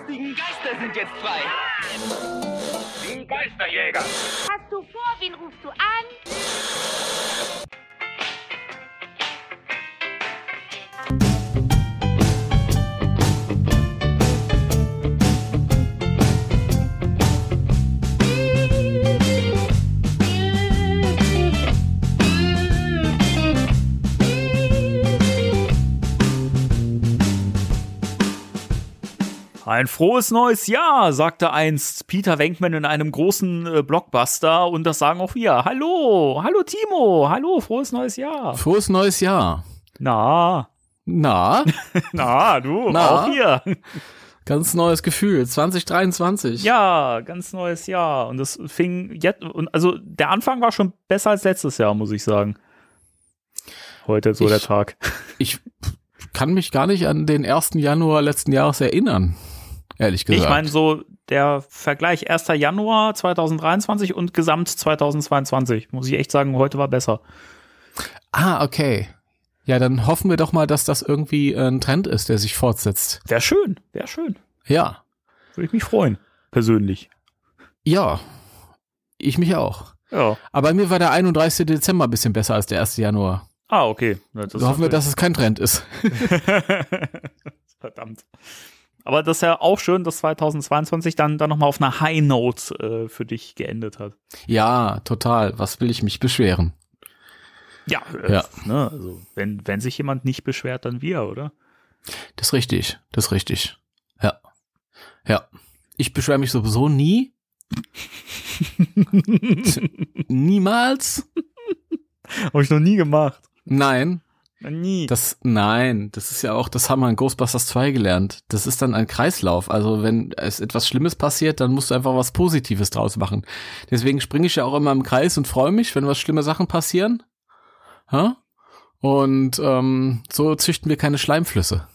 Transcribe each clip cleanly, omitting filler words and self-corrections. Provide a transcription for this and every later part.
lustigen Geister sind jetzt frei. Die Geisterjäger. Hast du vor, wen rufst du an? Ein frohes neues Jahr, sagte einst Peter Venkman in einem großen Blockbuster und das sagen auch wir. Hallo Timo, hallo, frohes neues Jahr. Frohes neues Jahr. Na, du, auch hier. Ganz neues Gefühl, 2023. Ja, ganz neues Jahr und das fing jetzt, und also der Anfang war schon besser als letztes Jahr, muss ich sagen. Heute so der Tag. Ich kann mich gar nicht an den 1. Januar letzten Jahres erinnern. Ehrlich gesagt. Ich meine so der Vergleich 1. Januar 2023 und Gesamt 2022, muss ich echt sagen, heute war besser. Ah, okay. Ja, dann hoffen wir doch mal, dass das irgendwie ein Trend ist, der sich fortsetzt. Wäre schön. Ja. Würde ich mich freuen, persönlich. Ja, ich mich auch. Ja. Aber mir war der 31. Dezember ein bisschen besser als der 1. Januar. Ah, okay. So hoffen wir, dass es kein Trend ist. Verdammt. Aber das ist ja auch schön, dass 2022 dann nochmal auf einer High Note für dich geendet hat. Ja, total. Was will ich mich beschweren? Ja. Ne, also wenn sich jemand nicht beschwert, dann wir, oder? Das ist richtig. Ja. Ich beschwere mich sowieso nie. Niemals. Habe ich noch nie gemacht. Nein. Nie. Das ist ja auch, das haben wir in Ghostbusters 2 gelernt. Das ist dann ein Kreislauf. Also wenn es etwas Schlimmes passiert, dann musst du einfach was Positives draus machen. Deswegen springe ich ja auch immer im Kreis und freue mich, wenn was schlimme Sachen passieren. Ha? Und so züchten wir keine Schleimflüsse.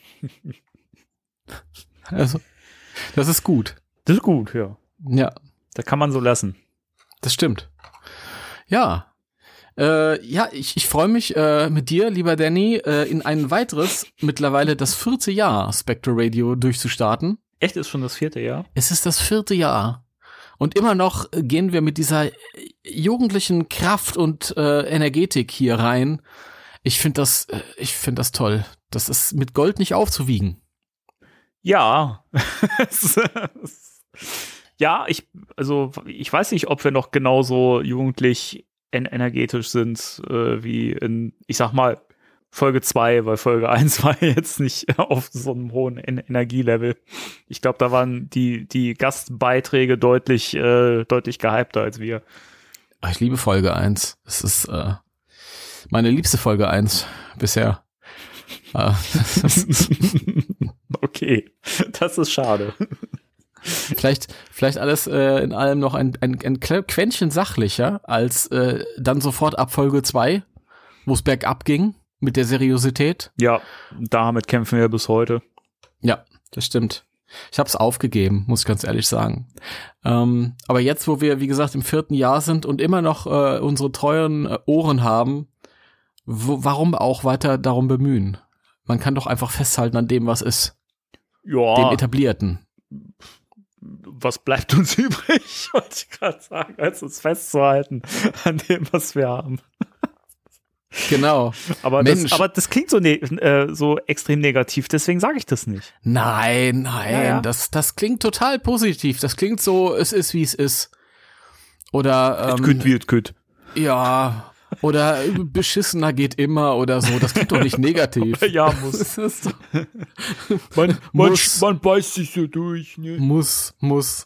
Also, das ist gut. Das ist gut, ja. Ja. Da kann man so lassen. Das stimmt. Ja. Ich freue mich mit dir, lieber Danny, in ein weiteres, mittlerweile das 4. Jahr Spectre Radio durchzustarten. Echt, ist schon das 4. Jahr? Es ist das 4. Jahr. Und immer noch gehen wir mit dieser jugendlichen Kraft und Energetik hier rein. Ich finde das toll. Das ist mit Gold nicht aufzuwiegen. Ja. Ja, ich weiß nicht, ob wir noch genauso jugendlich energetisch sind wie in, ich sag mal, Folge 2, weil Folge 1 war jetzt nicht auf so einem hohen Energielevel. Ich glaube, da waren die Gastbeiträge deutlich gehypter als wir. Ich liebe Folge 1. Es ist meine liebste Folge 1 bisher. Okay, das ist schade. Vielleicht alles in allem noch ein Quäntchen sachlicher als dann sofort ab Folge 2, wo es bergab ging mit der Seriosität. Ja, damit kämpfen wir bis heute. Ja, das stimmt. Ich habe es aufgegeben, muss ich ganz ehrlich sagen. Aber jetzt, wo wir, wie gesagt, im 4. Jahr sind und immer noch unsere treuen Ohren haben, warum auch weiter darum bemühen? Man kann doch einfach festhalten an dem, was ist. Ja. Dem Etablierten. Was bleibt uns übrig, wollte ich gerade sagen, als uns festzuhalten an dem, was wir haben. Genau. Aber das klingt so extrem negativ, deswegen sage ich das nicht. Nein, ja. Das klingt total positiv. Das klingt so, es ist, wie es ist. Oder wie es kütt. Ja, oder beschissener geht immer oder so. Das klingt doch nicht negativ. Ja, muss. Man beißt sich so durch. Ne? Muss.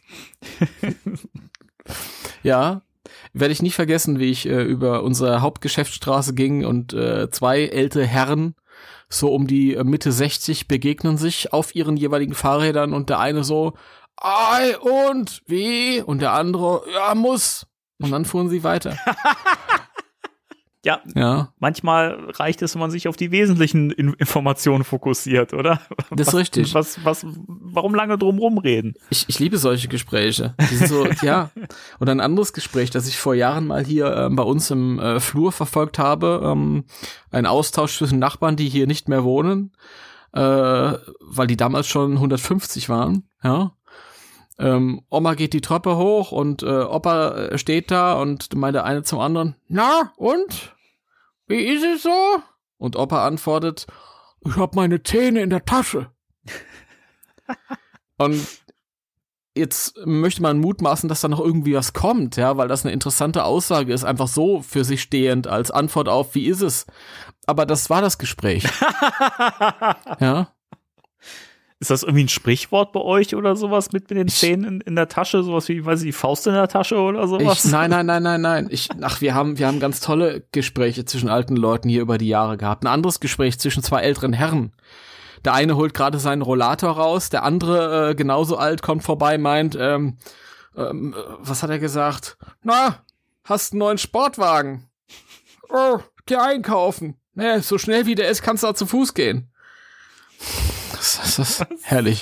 Ja, werde ich nicht vergessen, wie ich über unsere Hauptgeschäftsstraße ging und 2 ältere Herren so um die Mitte 60 begegnen sich auf ihren jeweiligen Fahrrädern und der eine so, ei und wie? Und der andere, ja, muss. Und dann fuhren sie weiter. Ja, manchmal reicht es, wenn man sich auf die wesentlichen Informationen fokussiert, oder? Das ist richtig. Warum lange drum rumreden? Ich liebe solche Gespräche. Die sind so, ja. Und ein anderes Gespräch, das ich vor Jahren mal hier bei uns im Flur verfolgt habe, ein Austausch zwischen Nachbarn, die hier nicht mehr wohnen, weil die damals schon 150 waren. Ja. Oma geht die Treppe hoch und Opa steht da und meint der eine zum anderen, na und? Wie ist es so? Und Opa antwortet, ich hab meine Zähne in der Tasche. Und jetzt möchte man mutmaßen, dass da noch irgendwie was kommt, ja, weil das eine interessante Aussage ist, einfach so für sich stehend als Antwort auf, wie ist es? Aber das war das Gespräch. Ja. Ist das irgendwie ein Sprichwort bei euch oder sowas mit den Zähnen in der Tasche? Sowas wie, weiß ich, Faust in der Tasche oder sowas? Nein. Wir haben ganz tolle Gespräche zwischen alten Leuten hier über die Jahre gehabt. Ein anderes Gespräch zwischen zwei älteren Herren. Der eine holt gerade seinen Rollator raus, der andere, genauso alt, kommt vorbei, meint, was hat er gesagt? Na, hast einen neuen Sportwagen? Oh, geh einkaufen. Nee, so schnell wie der ist, kannst du auch zu Fuß gehen. Das ist herrlich.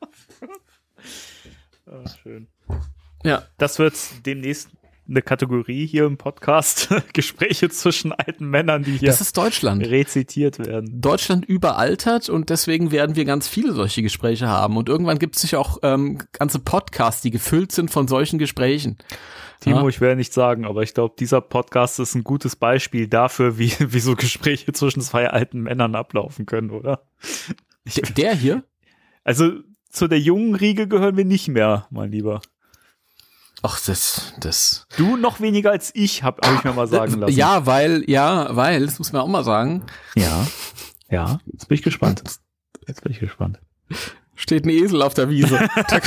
Ach, schön. Ja. Das wird demnächst eine Kategorie hier im Podcast. Gespräche zwischen alten Männern, die hier das ist Deutschland. rezitiert werden. Deutschland überaltert und deswegen werden wir ganz viele solche Gespräche haben. Und irgendwann gibt es sicher auch ganze Podcasts, die gefüllt sind von solchen Gesprächen. Timo, Ja. ich will ja nicht sagen, aber ich glaube, dieser Podcast ist ein gutes Beispiel dafür, wie so Gespräche zwischen zwei alten Männern ablaufen können, oder? Der hier? Also zu der jungen Riege gehören wir nicht mehr, mein Lieber. Ach, das. Du noch weniger als ich, hab ich mir mal sagen lassen. Ja, weil, das muss man auch mal sagen. Ja, jetzt bin ich gespannt. Steht ein Esel auf der Wiese.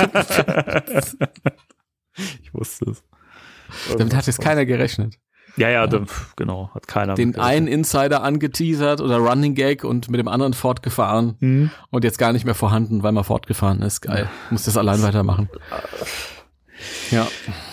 Ich wusste es. Damit hat jetzt keiner gerechnet. Ja. Genau, hat keiner. Den einen Insider angeteasert oder Running Gag und mit dem anderen fortgefahren und jetzt gar nicht mehr vorhanden, weil man fortgefahren ist. Geil. Muss das allein weitermachen. Ja.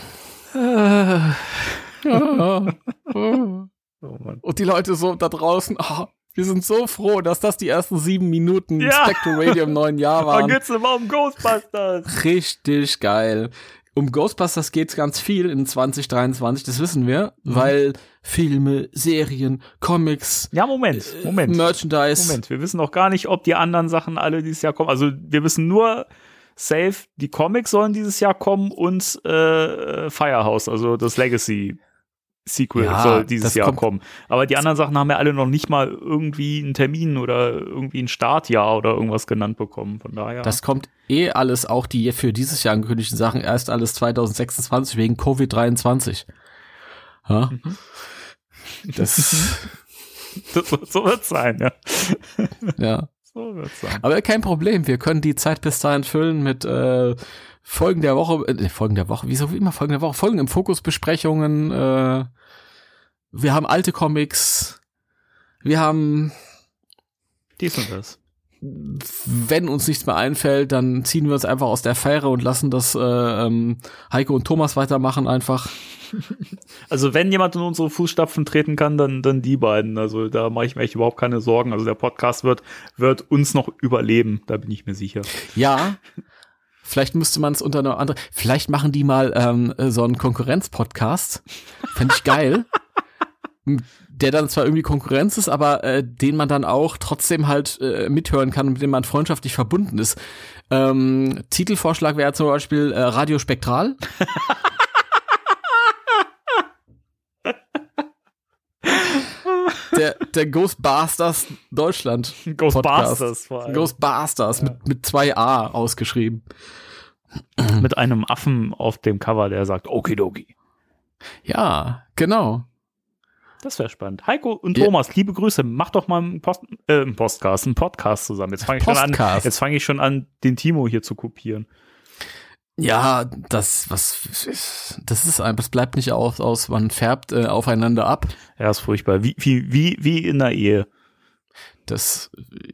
Oh Mann. Und die Leute so da draußen, wir sind so froh, dass das die ersten 7 Minuten Spectral Radio im neuen Jahr Da waren. geht's immer um Ghostbusters. Richtig geil. Um Ghostbusters geht's ganz viel in 2023, das wissen wir, weil Filme, Serien, Comics, Ja, Moment. Merchandise. Wir wissen noch gar nicht, ob die anderen Sachen alle dieses Jahr kommen. Also wir wissen nur safe, die Comics sollen dieses Jahr kommen und Firehouse, also das Legacy Sequel Ja, soll dieses das Jahr kommen. Aber die anderen Sachen haben ja alle noch nicht mal irgendwie einen Termin oder irgendwie ein Startjahr oder irgendwas genannt bekommen. Von daher. Das kommt alles, auch die für dieses Jahr angekündigten Sachen, erst alles 2026 wegen Covid-23. Ja? So wird's sein, ja. Ja. So wird's sein. Aber kein Problem, wir können die Zeit bis dahin füllen mit Folgen der Woche, wieso immer Folgen der Woche, Folgen im Fokus Besprechungen, wir haben alte Comics, wir haben, Dies und das. wenn uns nichts mehr einfällt, dann ziehen wir uns einfach aus der Fähre und lassen das Heiko und Thomas weitermachen einfach. Also wenn jemand in unsere Fußstapfen treten kann, dann die beiden. Also da mache ich mir echt überhaupt keine Sorgen. Also der Podcast wird uns noch überleben, da bin ich mir sicher. Ja, vielleicht müsste man es unter einer anderen, vielleicht machen die mal so einen Konkurrenz-Podcast. Fände ich geil. Der dann zwar irgendwie Konkurrenz ist, aber den man dann auch trotzdem halt mithören kann und mit dem man freundschaftlich verbunden ist. Titelvorschlag wäre zum Beispiel Radio Spektral. Der Ghostbusters Deutschland. Ghostbusters vor allem. Ghostbusters mit 2A ausgeschrieben. Mit einem Affen auf dem Cover, der sagt Okidoki. Ja, genau. Das wäre spannend. Heiko und Thomas, liebe Grüße. Macht doch mal einen Podcast zusammen. Jetzt fange ich schon an, den Timo hier zu kopieren. Ja, das bleibt nicht aus, man färbt aufeinander ab. Ja, ist furchtbar. Wie in der Ehe. Das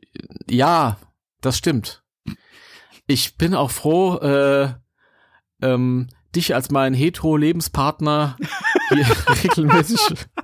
stimmt. Ich bin auch froh, dich als meinen Hetero-Lebenspartner hier regelmäßig.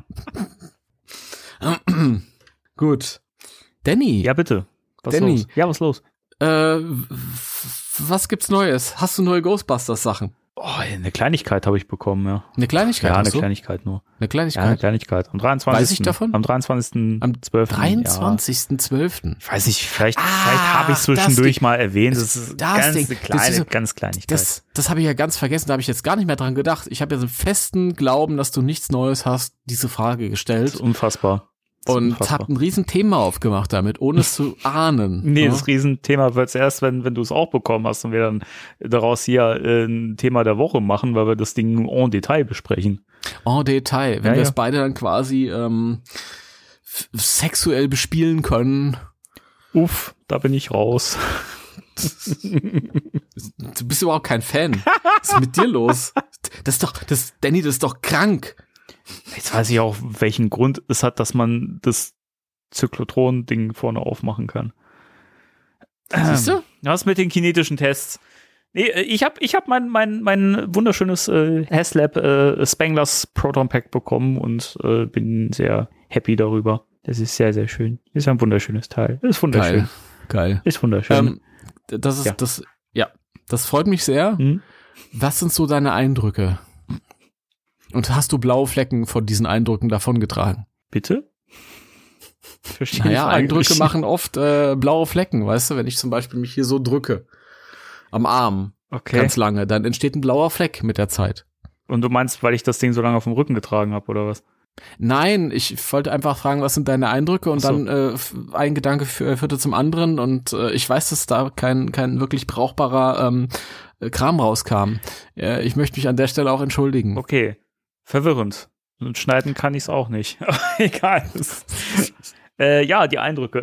Gut. Danny. Ja, bitte. Was Danny. los? Ja, was los? Was gibt's Neues? Hast du neue Ghostbusters-Sachen? Eine Kleinigkeit habe ich bekommen, ja. Eine Kleinigkeit? Ja, eine Kleinigkeit nur. Eine Kleinigkeit? Ja, eine Kleinigkeit. Am 23. Weiß ich davon? Am 23.12. Am 23.12. Ja. Ich weiß nicht, vielleicht habe ich es zwischendurch mal erwähnt. Das ist ganz Kleinigkeit. Das habe ich ja ganz vergessen, da habe ich jetzt gar nicht mehr dran gedacht. Ich habe ja so einen festen Glauben, dass du nichts Neues hast, diese Frage gestellt. Das ist unfassbar. Und hab ein Riesenthema aufgemacht damit, ohne es zu ahnen. Nee, das Riesenthema wird es erst, wenn du es auch bekommen hast und wir dann daraus hier ein Thema der Woche machen, weil wir das Ding en Detail besprechen. En Detail, wenn wir es beide dann quasi sexuell bespielen können. Uff, da bin ich raus. Du bist überhaupt kein Fan. Was ist mit dir los? Danny, das ist doch krank. Jetzt weiß ich auch, welchen Grund es hat, dass man das Zyklotron-Ding vorne aufmachen kann. Siehst du? Was mit den kinetischen Tests? Nee, ich hab mein wunderschönes HasLab Spanglers Proton Pack bekommen und bin sehr happy darüber. Das ist sehr, sehr schön. Ist ein wunderschönes Teil. Ist wunderschön. Geil. Ist wunderschön. Das freut mich sehr. Was sind so deine Eindrücke? Und hast du blaue Flecken von diesen Eindrücken davongetragen? Bitte? Naja, Eindrücke machen oft blaue Flecken, weißt du? Wenn ich zum Beispiel mich hier so drücke, am Arm, ganz lange, dann entsteht ein blauer Fleck mit der Zeit. Und du meinst, weil ich das Ding so lange auf dem Rücken getragen habe, oder was? Nein, ich wollte einfach fragen, was sind deine Eindrücke? Und dann ein Gedanke führte zum anderen und ich weiß, dass da kein wirklich brauchbarer Kram rauskam. Ich möchte mich an der Stelle auch entschuldigen. Okay. Verwirrend. Und schneiden kann ich es auch nicht. Egal. Ja, die Eindrücke.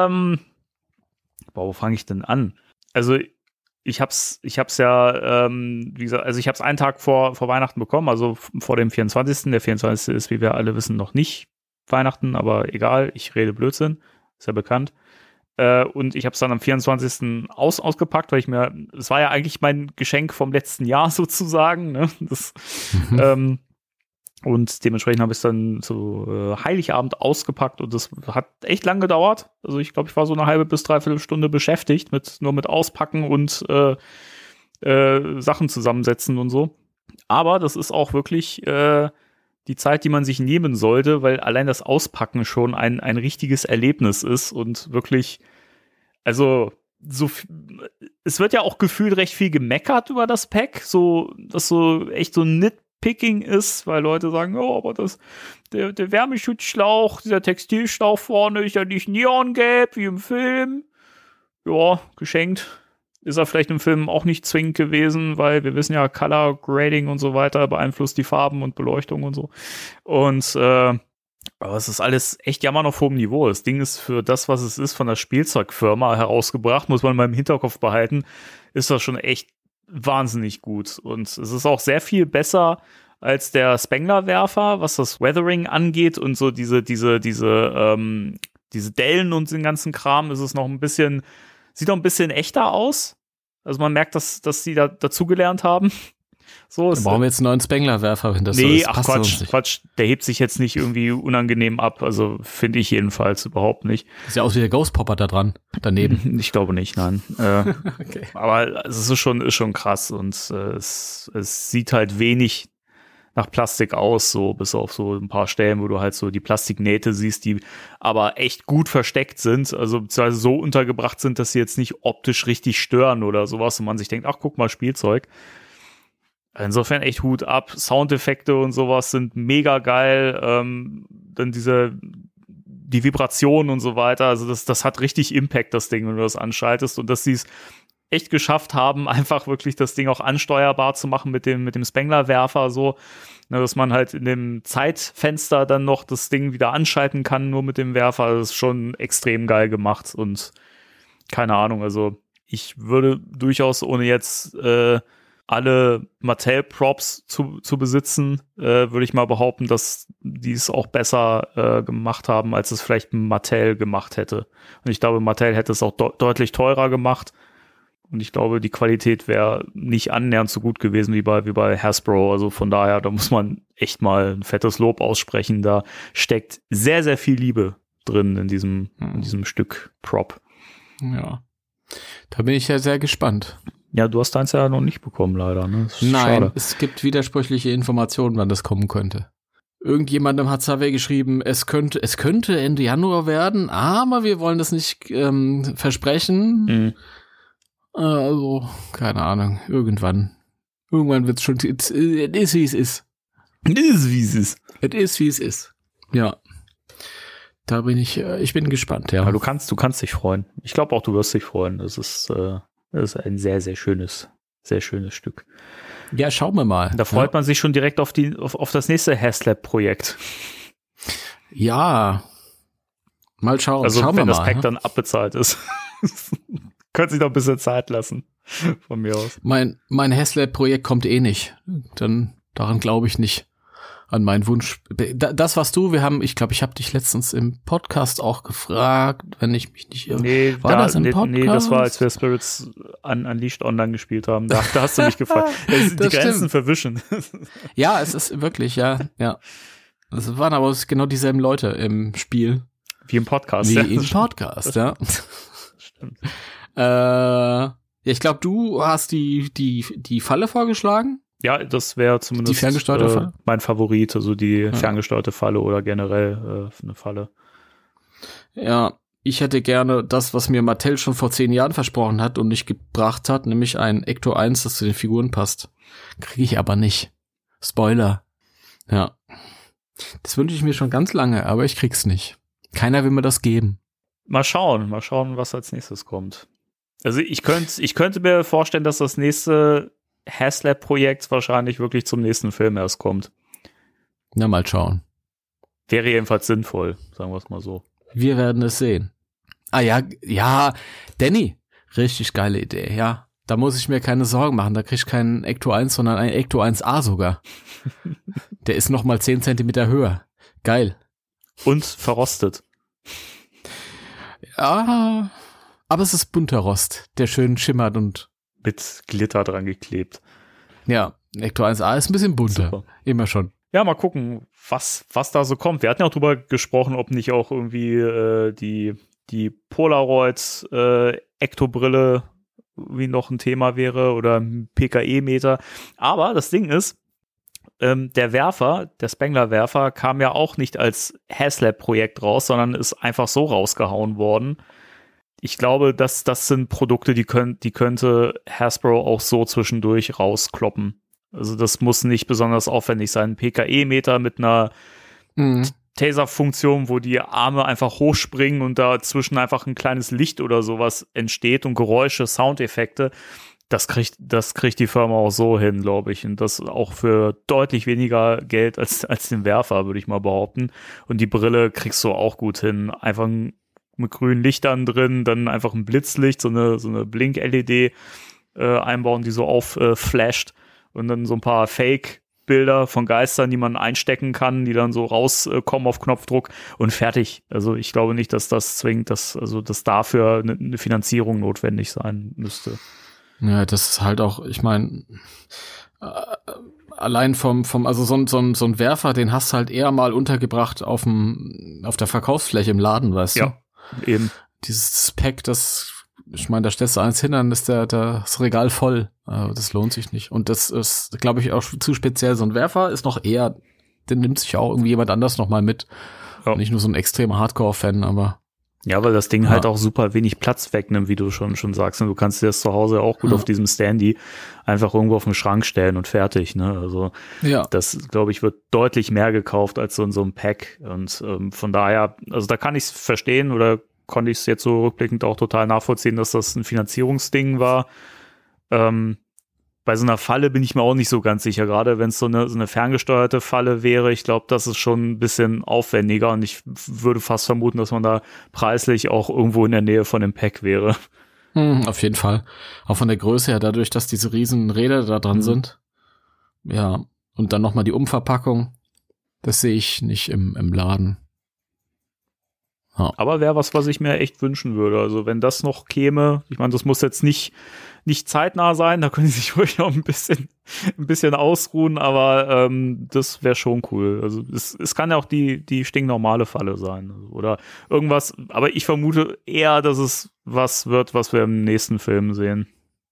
Wo fange ich denn an? Also ich hab's ja, wie gesagt, also ich hab's einen Tag vor Weihnachten bekommen, also vor dem 24. Der 24. ist, wie wir alle wissen, noch nicht Weihnachten, aber egal, ich rede Blödsinn, ist ja bekannt. Und ich hab's dann am 24. ausgepackt, weil es war ja eigentlich mein Geschenk vom letzten Jahr sozusagen, ne? Und dementsprechend habe ich es dann zu Heiligabend ausgepackt und das hat echt lang gedauert. Also ich glaube, ich war so eine halbe bis dreiviertel Stunde beschäftigt nur mit Auspacken und Sachen zusammensetzen und so. Aber das ist auch wirklich die Zeit, die man sich nehmen sollte, weil allein das Auspacken schon ein richtiges Erlebnis ist und wirklich, also es wird ja auch gefühlt recht viel gemeckert über das Pack, so dass so echt so Nitpicking ist, weil Leute sagen, oh, aber der Wärmeschutzschlauch, dieser Textilschlauch vorne ist ja nicht neongelb wie im Film. Ja, geschenkt. Ist er vielleicht im Film auch nicht zwingend gewesen, weil wir wissen ja, Color Grading und so weiter beeinflusst die Farben und Beleuchtung und so. Und aber es ist alles echt jammer auf hohem Niveau. Das Ding ist für das, was es ist, von der Spielzeugfirma herausgebracht, muss man mal im Hinterkopf behalten, ist das schon echt wahnsinnig gut. Und es ist auch sehr viel besser als der Spengler-Werfer, was das Weathering angeht und so diese Dellen und den ganzen Kram, ist es noch ein bisschen, sieht noch ein bisschen echter aus. Also man merkt, dass sie da dazugelernt haben. So, da brauchen wir jetzt einen neuen Spengler-Werfer hinter. Nee, ach Quatsch, der hebt sich jetzt nicht irgendwie unangenehm ab, also finde ich jedenfalls überhaupt nicht. Sieht ja aus wie der Ghost Popper da dran, daneben. Ich glaube nicht, nein. Okay. Aber es ist schon krass und es sieht halt wenig nach Plastik aus, so bis auf so ein paar Stellen, wo du halt so die Plastiknähte siehst, die aber echt gut versteckt sind, also beziehungsweise so untergebracht sind, dass sie jetzt nicht optisch richtig stören oder sowas und man sich denkt, ach guck mal, Spielzeug. Insofern echt Hut ab. Soundeffekte und sowas sind mega geil. Dann die Vibration und so weiter. Also das hat richtig Impact, das Ding, wenn du das anschaltest. Und dass sie es echt geschafft haben, einfach wirklich das Ding auch ansteuerbar zu machen mit dem Spengler-Werfer so. Ne, dass man halt in dem Zeitfenster dann noch das Ding wieder anschalten kann, nur mit dem Werfer. Das ist schon extrem geil gemacht. Und keine Ahnung, also ich würde durchaus, ohne jetzt alle Mattel-Props zu besitzen, würde ich mal behaupten, dass die es auch besser gemacht haben, als es vielleicht Mattel gemacht hätte. Und ich glaube, Mattel hätte es auch deutlich teurer gemacht. Und ich glaube, die Qualität wäre nicht annähernd so gut gewesen wie bei Hasbro. Also von daher, da muss man echt mal ein fettes Lob aussprechen. Da steckt sehr, sehr viel Liebe drin in diesem Stück Prop. Ja, da bin ich ja sehr gespannt. Ja, du hast deins ja noch nicht bekommen, leider. Ne? Nein, schade. es gibt widersprüchliche Informationen, wann das kommen könnte. Irgendjemandem hat Subway geschrieben, es könnte Ende Januar werden, aber wir wollen das nicht versprechen. Mhm. Also, keine Ahnung, irgendwann wird's schon, es ist, wie es ist. Das ist, wie es ist. Es ist, wie es ist. Ja. Da bin ich bin gespannt, ja. Aber du kannst dich freuen. Ich glaube auch, du wirst dich freuen. Das ist ein sehr, sehr schönes Stück. Ja, schauen wir mal. Da freut man sich schon direkt auf das nächste HasLab-Projekt. Ja. Mal schauen. Also schauen wenn wir das mal, Pack dann abbezahlt ist. Könnte sich noch ein bisschen Zeit lassen. Von mir aus. Mein HasLab-Projekt kommt eh nicht. Daran glaube ich nicht. An meinen Wunsch. Das, was ich glaube, ich habe dich letztens im Podcast auch gefragt, wenn ich mich nicht irre. Nee, das im Podcast? Nee, das war, als wir Spirits Unleashed online gespielt haben. Da hast du mich gefragt. Die Grenzen stimmt. verwischen. Ja, es ist wirklich, ja. Es waren aber genau dieselben Leute im Spiel. Wie im Podcast. Wie im Podcast, ja. Stimmt. Ich glaube, du hast die Falle vorgeschlagen. Ja, das wäre zumindest die ferngesteuerte Falle? Mein Favorit, also die ferngesteuerte Falle oder generell eine Falle. Ja, ich hätte gerne das, was mir Mattel schon vor 10 Jahren versprochen hat und nicht gebracht hat, nämlich ein Ecto 1, das zu den Figuren passt. Kriege ich aber nicht. Spoiler. Ja. Das wünsche ich mir schon ganz lange, aber ich krieg's nicht. Keiner will mir das geben. Mal schauen, was als nächstes kommt. Also ich könnte mir vorstellen, dass das nächste HasLab-Projekt wahrscheinlich wirklich zum nächsten Film erst kommt. Na, mal schauen. Wäre jedenfalls sinnvoll, sagen wir es mal so. Wir werden es sehen. Ah ja, Danny. Richtig geile Idee, ja. Da muss ich mir keine Sorgen machen. Da krieg ich keinen Ecto 1, sondern ein Ecto 1A sogar. Der ist nochmal 10 Zentimeter höher. Geil. Und verrostet. Ja, aber es ist bunter Rost, der schön schimmert und mit Glitter dran geklebt. Ja, Ecto 1A ist ein bisschen bunter. Super. Immer schon. Ja, mal gucken, was da so kommt. Wir hatten ja auch drüber gesprochen, ob nicht auch irgendwie die Polaroid Ecto-Brille wie noch ein Thema wäre oder ein PKE-Meter. Aber das Ding ist, der Spengler-Werfer, kam ja auch nicht als HasLab-Projekt raus, sondern ist einfach so rausgehauen worden. Ich glaube, das sind Produkte, die könnte Hasbro auch so zwischendurch rauskloppen. Also das muss nicht besonders aufwendig sein. Ein PKE-Meter mit einer Taser-Funktion, wo die Arme einfach hochspringen und dazwischen einfach ein kleines Licht oder sowas entsteht und Geräusche, Soundeffekte. Das kriegt die Firma auch so hin, glaube ich. Und das auch für deutlich weniger Geld als den Werfer, würde ich mal behaupten. Und die Brille kriegst du auch gut hin. Einfach mit grünen Lichtern drin, dann einfach ein Blitzlicht, so eine Blink-LED einbauen, die so aufflasht und dann so ein paar Fake-Bilder von Geistern, die man einstecken kann, die dann so rauskommen auf Knopfdruck und fertig. Also ich glaube nicht, dass das zwingend, dass dafür eine Finanzierung notwendig sein müsste. Ja, das ist halt auch, ich meine, allein also so ein Werfer, den hast du halt eher mal untergebracht auf der Verkaufsfläche im Laden, weißt du? Ja. Eben. Dieses Pack, ich meine, da stellst du eins hin, dann ist das Regal voll. Das lohnt sich nicht. Und das ist, glaube ich, auch zu speziell. So ein Werfer ist noch eher, den nimmt sich auch irgendwie jemand anders noch mal mit. Ja. Nicht nur so ein extremer Hardcore-Fan, aber. Ja, weil das Ding halt auch super wenig Platz wegnimmt, wie du schon sagst. Und du kannst dir das zu Hause auch gut auf diesem Standy einfach irgendwo auf den Schrank stellen und fertig, ne? Also das, glaube ich, wird deutlich mehr gekauft als so ein Pack. Und von daher, also da kann ich es verstehen oder konnte ich es jetzt so rückblickend auch total nachvollziehen, dass das ein Finanzierungsding war. Bei so einer Falle bin ich mir auch nicht so ganz sicher, gerade wenn es so eine ferngesteuerte Falle wäre. Ich glaube, das ist schon ein bisschen aufwendiger und ich würde fast vermuten, dass man da preislich auch irgendwo in der Nähe von dem Pack wäre. Auf jeden Fall. Auch von der Größe her, dadurch, dass diese riesen Räder da dran sind. Ja, und dann nochmal die Umverpackung. Das sehe ich nicht im Laden. Ja. Aber wäre was ich mir echt wünschen würde. Also wenn das noch käme, ich meine, das muss jetzt nicht zeitnah sein, da können sie sich ruhig noch ein bisschen ausruhen, aber das wäre schon cool. Also es kann ja auch die stinknormale Falle sein oder irgendwas, aber ich vermute eher, dass es was wird, was wir im nächsten Film sehen.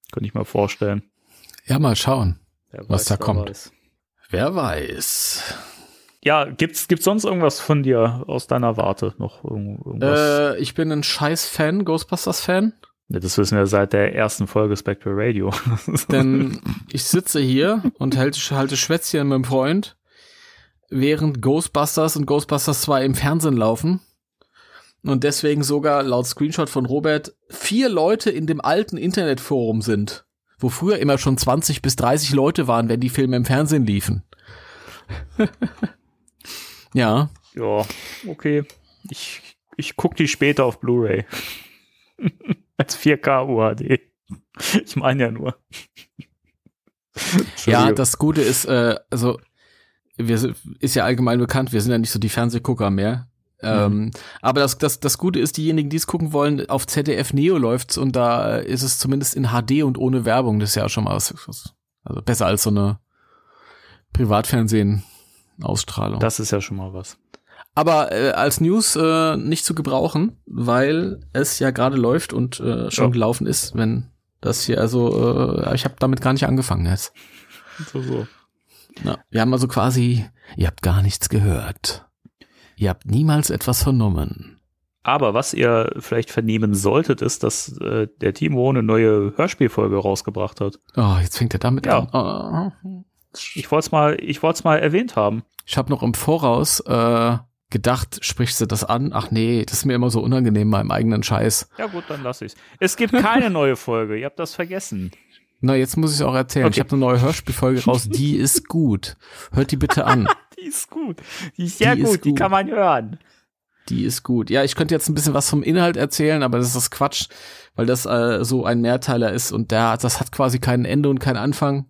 Könnte ich mir vorstellen. Ja, mal schauen, Wer was da wer kommt. weiß. Wer weiß. Ja, gibt's sonst irgendwas von dir aus deiner Warte noch? Irgendwas? Ich bin ein Scheiß-Fan, Ghostbusters-Fan. Ja, das wissen wir seit der ersten Folge Spectral Radio. Denn ich sitze hier und halte Schwätzchen mit meinem Freund, während Ghostbusters und Ghostbusters 2 im Fernsehen laufen. Und deswegen sogar laut Screenshot von Robert 4 Leute in dem alten Internetforum sind, wo früher immer schon 20 bis 30 Leute waren, wenn die Filme im Fernsehen liefen. Ja. Ja, okay. Ich guck die später auf Blu-ray. Als 4K UHD. Ich meine ja nur. Ja, das Gute ist, also ist ja allgemein bekannt, wir sind ja nicht so die Fernsehgucker mehr. Aber das Gute ist, diejenigen, die es gucken wollen, auf ZDF Neo läuft's und da ist es zumindest in HD und ohne Werbung. Das ist ja schon mal was, also besser als so eine Privatfernsehen-Ausstrahlung. Das ist ja schon mal was. Aber als News nicht zu gebrauchen, weil es ja gerade läuft und schon gelaufen ist, wenn das hier, also ich habe damit gar nicht angefangen jetzt. So. Na, wir haben also quasi, ihr habt gar nichts gehört. Ihr habt niemals etwas vernommen. Aber was ihr vielleicht vernehmen solltet, ist, dass der Timo eine neue Hörspielfolge rausgebracht hat. Oh, jetzt fängt er damit Ja. an. Ich wollte es mal erwähnt haben. Ich habe noch im Voraus gedacht, sprichst du das an? Ach nee, das ist mir immer so unangenehm beim eigenen Scheiß. Ja gut, dann lass ich's. Es gibt keine neue Folge, ihr habt das vergessen. Na, jetzt muss ich es auch erzählen. Okay. Ich habe eine neue Hörspielfolge raus, die ist gut. Hört die bitte an. Die ist gut. Die ist sehr Die ist gut, die gut. kann man hören. Die ist gut. Ja, ich könnte jetzt ein bisschen was vom Inhalt erzählen, aber das ist Quatsch, weil das so ein Mehrteiler ist und das hat quasi kein Ende und keinen Anfang.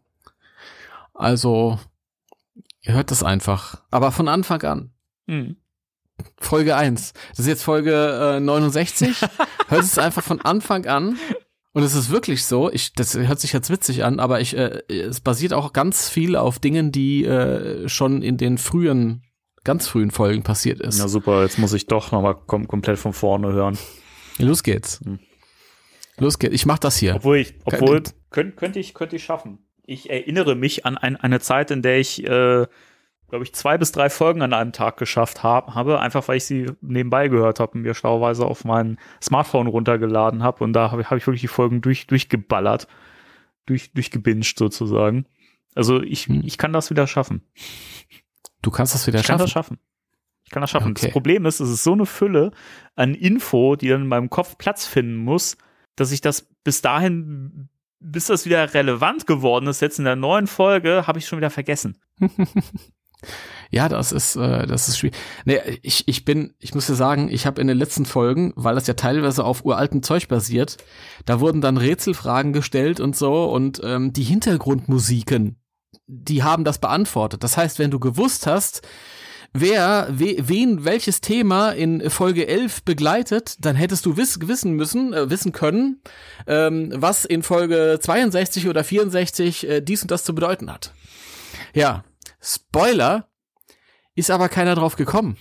Also, ihr hört das einfach. Aber von Anfang an. Hm. Folge 1. Das ist jetzt Folge 69. Hört es einfach von Anfang an. Und es ist wirklich so, das hört sich jetzt witzig an, aber es basiert auch ganz viel auf Dingen, die schon in den ganz frühen Folgen passiert ist. Na super, jetzt muss ich doch nochmal komplett von vorne hören. Los geht's. Los geht's. Ich mach das hier. Obwohl könnte ich schaffen. Ich erinnere mich an eine Zeit, in der ich, glaube ich, 2 bis 3 Folgen an einem Tag geschafft habe, einfach weil ich sie nebenbei gehört habe und mir schlauerweise auf mein Smartphone runtergeladen habe und da habe ich wirklich die Folgen durchgeballert, durchgebinged sozusagen. Also ich kann das wieder schaffen. Du kannst das wieder Ich kann schaffen? das schaffen. Okay. Das Problem ist, es ist so eine Fülle an Info, die dann in meinem Kopf Platz finden muss, dass ich das bis das wieder relevant geworden ist, jetzt in der neuen Folge, habe ich schon wieder vergessen. Ja, das ist schwierig. Nee, ich muss dir sagen, ich habe in den letzten Folgen, weil das ja teilweise auf uraltem Zeug basiert, da wurden dann Rätselfragen gestellt und so und die Hintergrundmusiken, die haben das beantwortet. Das heißt, wenn du gewusst hast, wen welches Thema in Folge 11 begleitet, dann hättest du wissen können, was in Folge 62 oder 64 dies und das zu bedeuten hat. Ja, Spoiler, ist aber keiner drauf gekommen.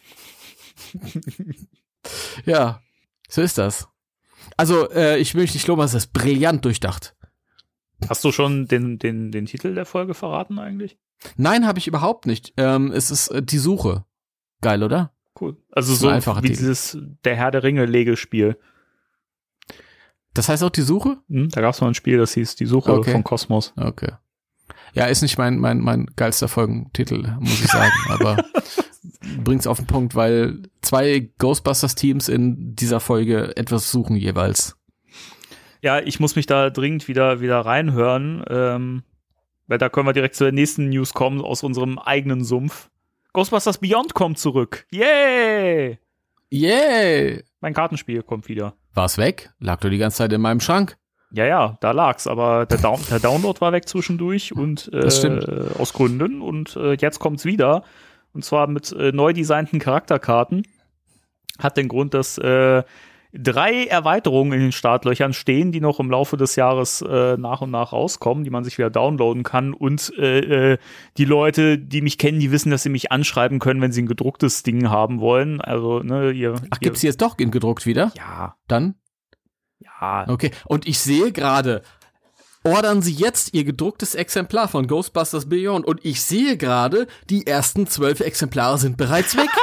Ja, so ist das. Also, ich will mich nicht loben, es ist brillant durchdacht. Hast du schon den Titel der Folge verraten eigentlich? Nein, habe ich überhaupt nicht. Es ist die Suche. Geil, oder? Cool. Also Das ist so ein einfacher wie Titel. dieses Der Herr der Ringe-Legespiel. Das heißt auch die Suche? Da gab es mal ein Spiel, das hieß Die Suche Okay. von Kosmos. Okay. Ja, ist nicht mein geilster Folgentitel, muss ich sagen, aber bringt's auf den Punkt, weil 2 Ghostbusters-Teams in dieser Folge etwas suchen jeweils. Ja, ich muss mich da dringend wieder reinhören, weil da können wir direkt zu der nächsten News kommen aus unserem eigenen Sumpf. Ghostbusters Beyond kommt zurück. Yay! Yeah! Mein Kartenspiel kommt wieder. War's weg? Lag doch die ganze Zeit in meinem Schrank. Ja, da lag's, aber der Download war weg zwischendurch und Das stimmt. aus Gründen und jetzt kommt's wieder und zwar mit neu designten Charakterkarten. Hat den Grund, dass 3 Erweiterungen in den Startlöchern stehen, die noch im Laufe des Jahres nach und nach rauskommen, die man sich wieder downloaden kann und die Leute, die mich kennen, die wissen, dass sie mich anschreiben können, wenn sie ein gedrucktes Ding haben wollen. Also, ne, Gibt's die jetzt doch in gedruckt wieder? Ja. Dann? Ja. Okay. Und ich sehe gerade ordern Sie jetzt Ihr gedrucktes Exemplar von Ghostbusters Beyond. Und ich sehe gerade, die ersten 12 Exemplare sind bereits weg.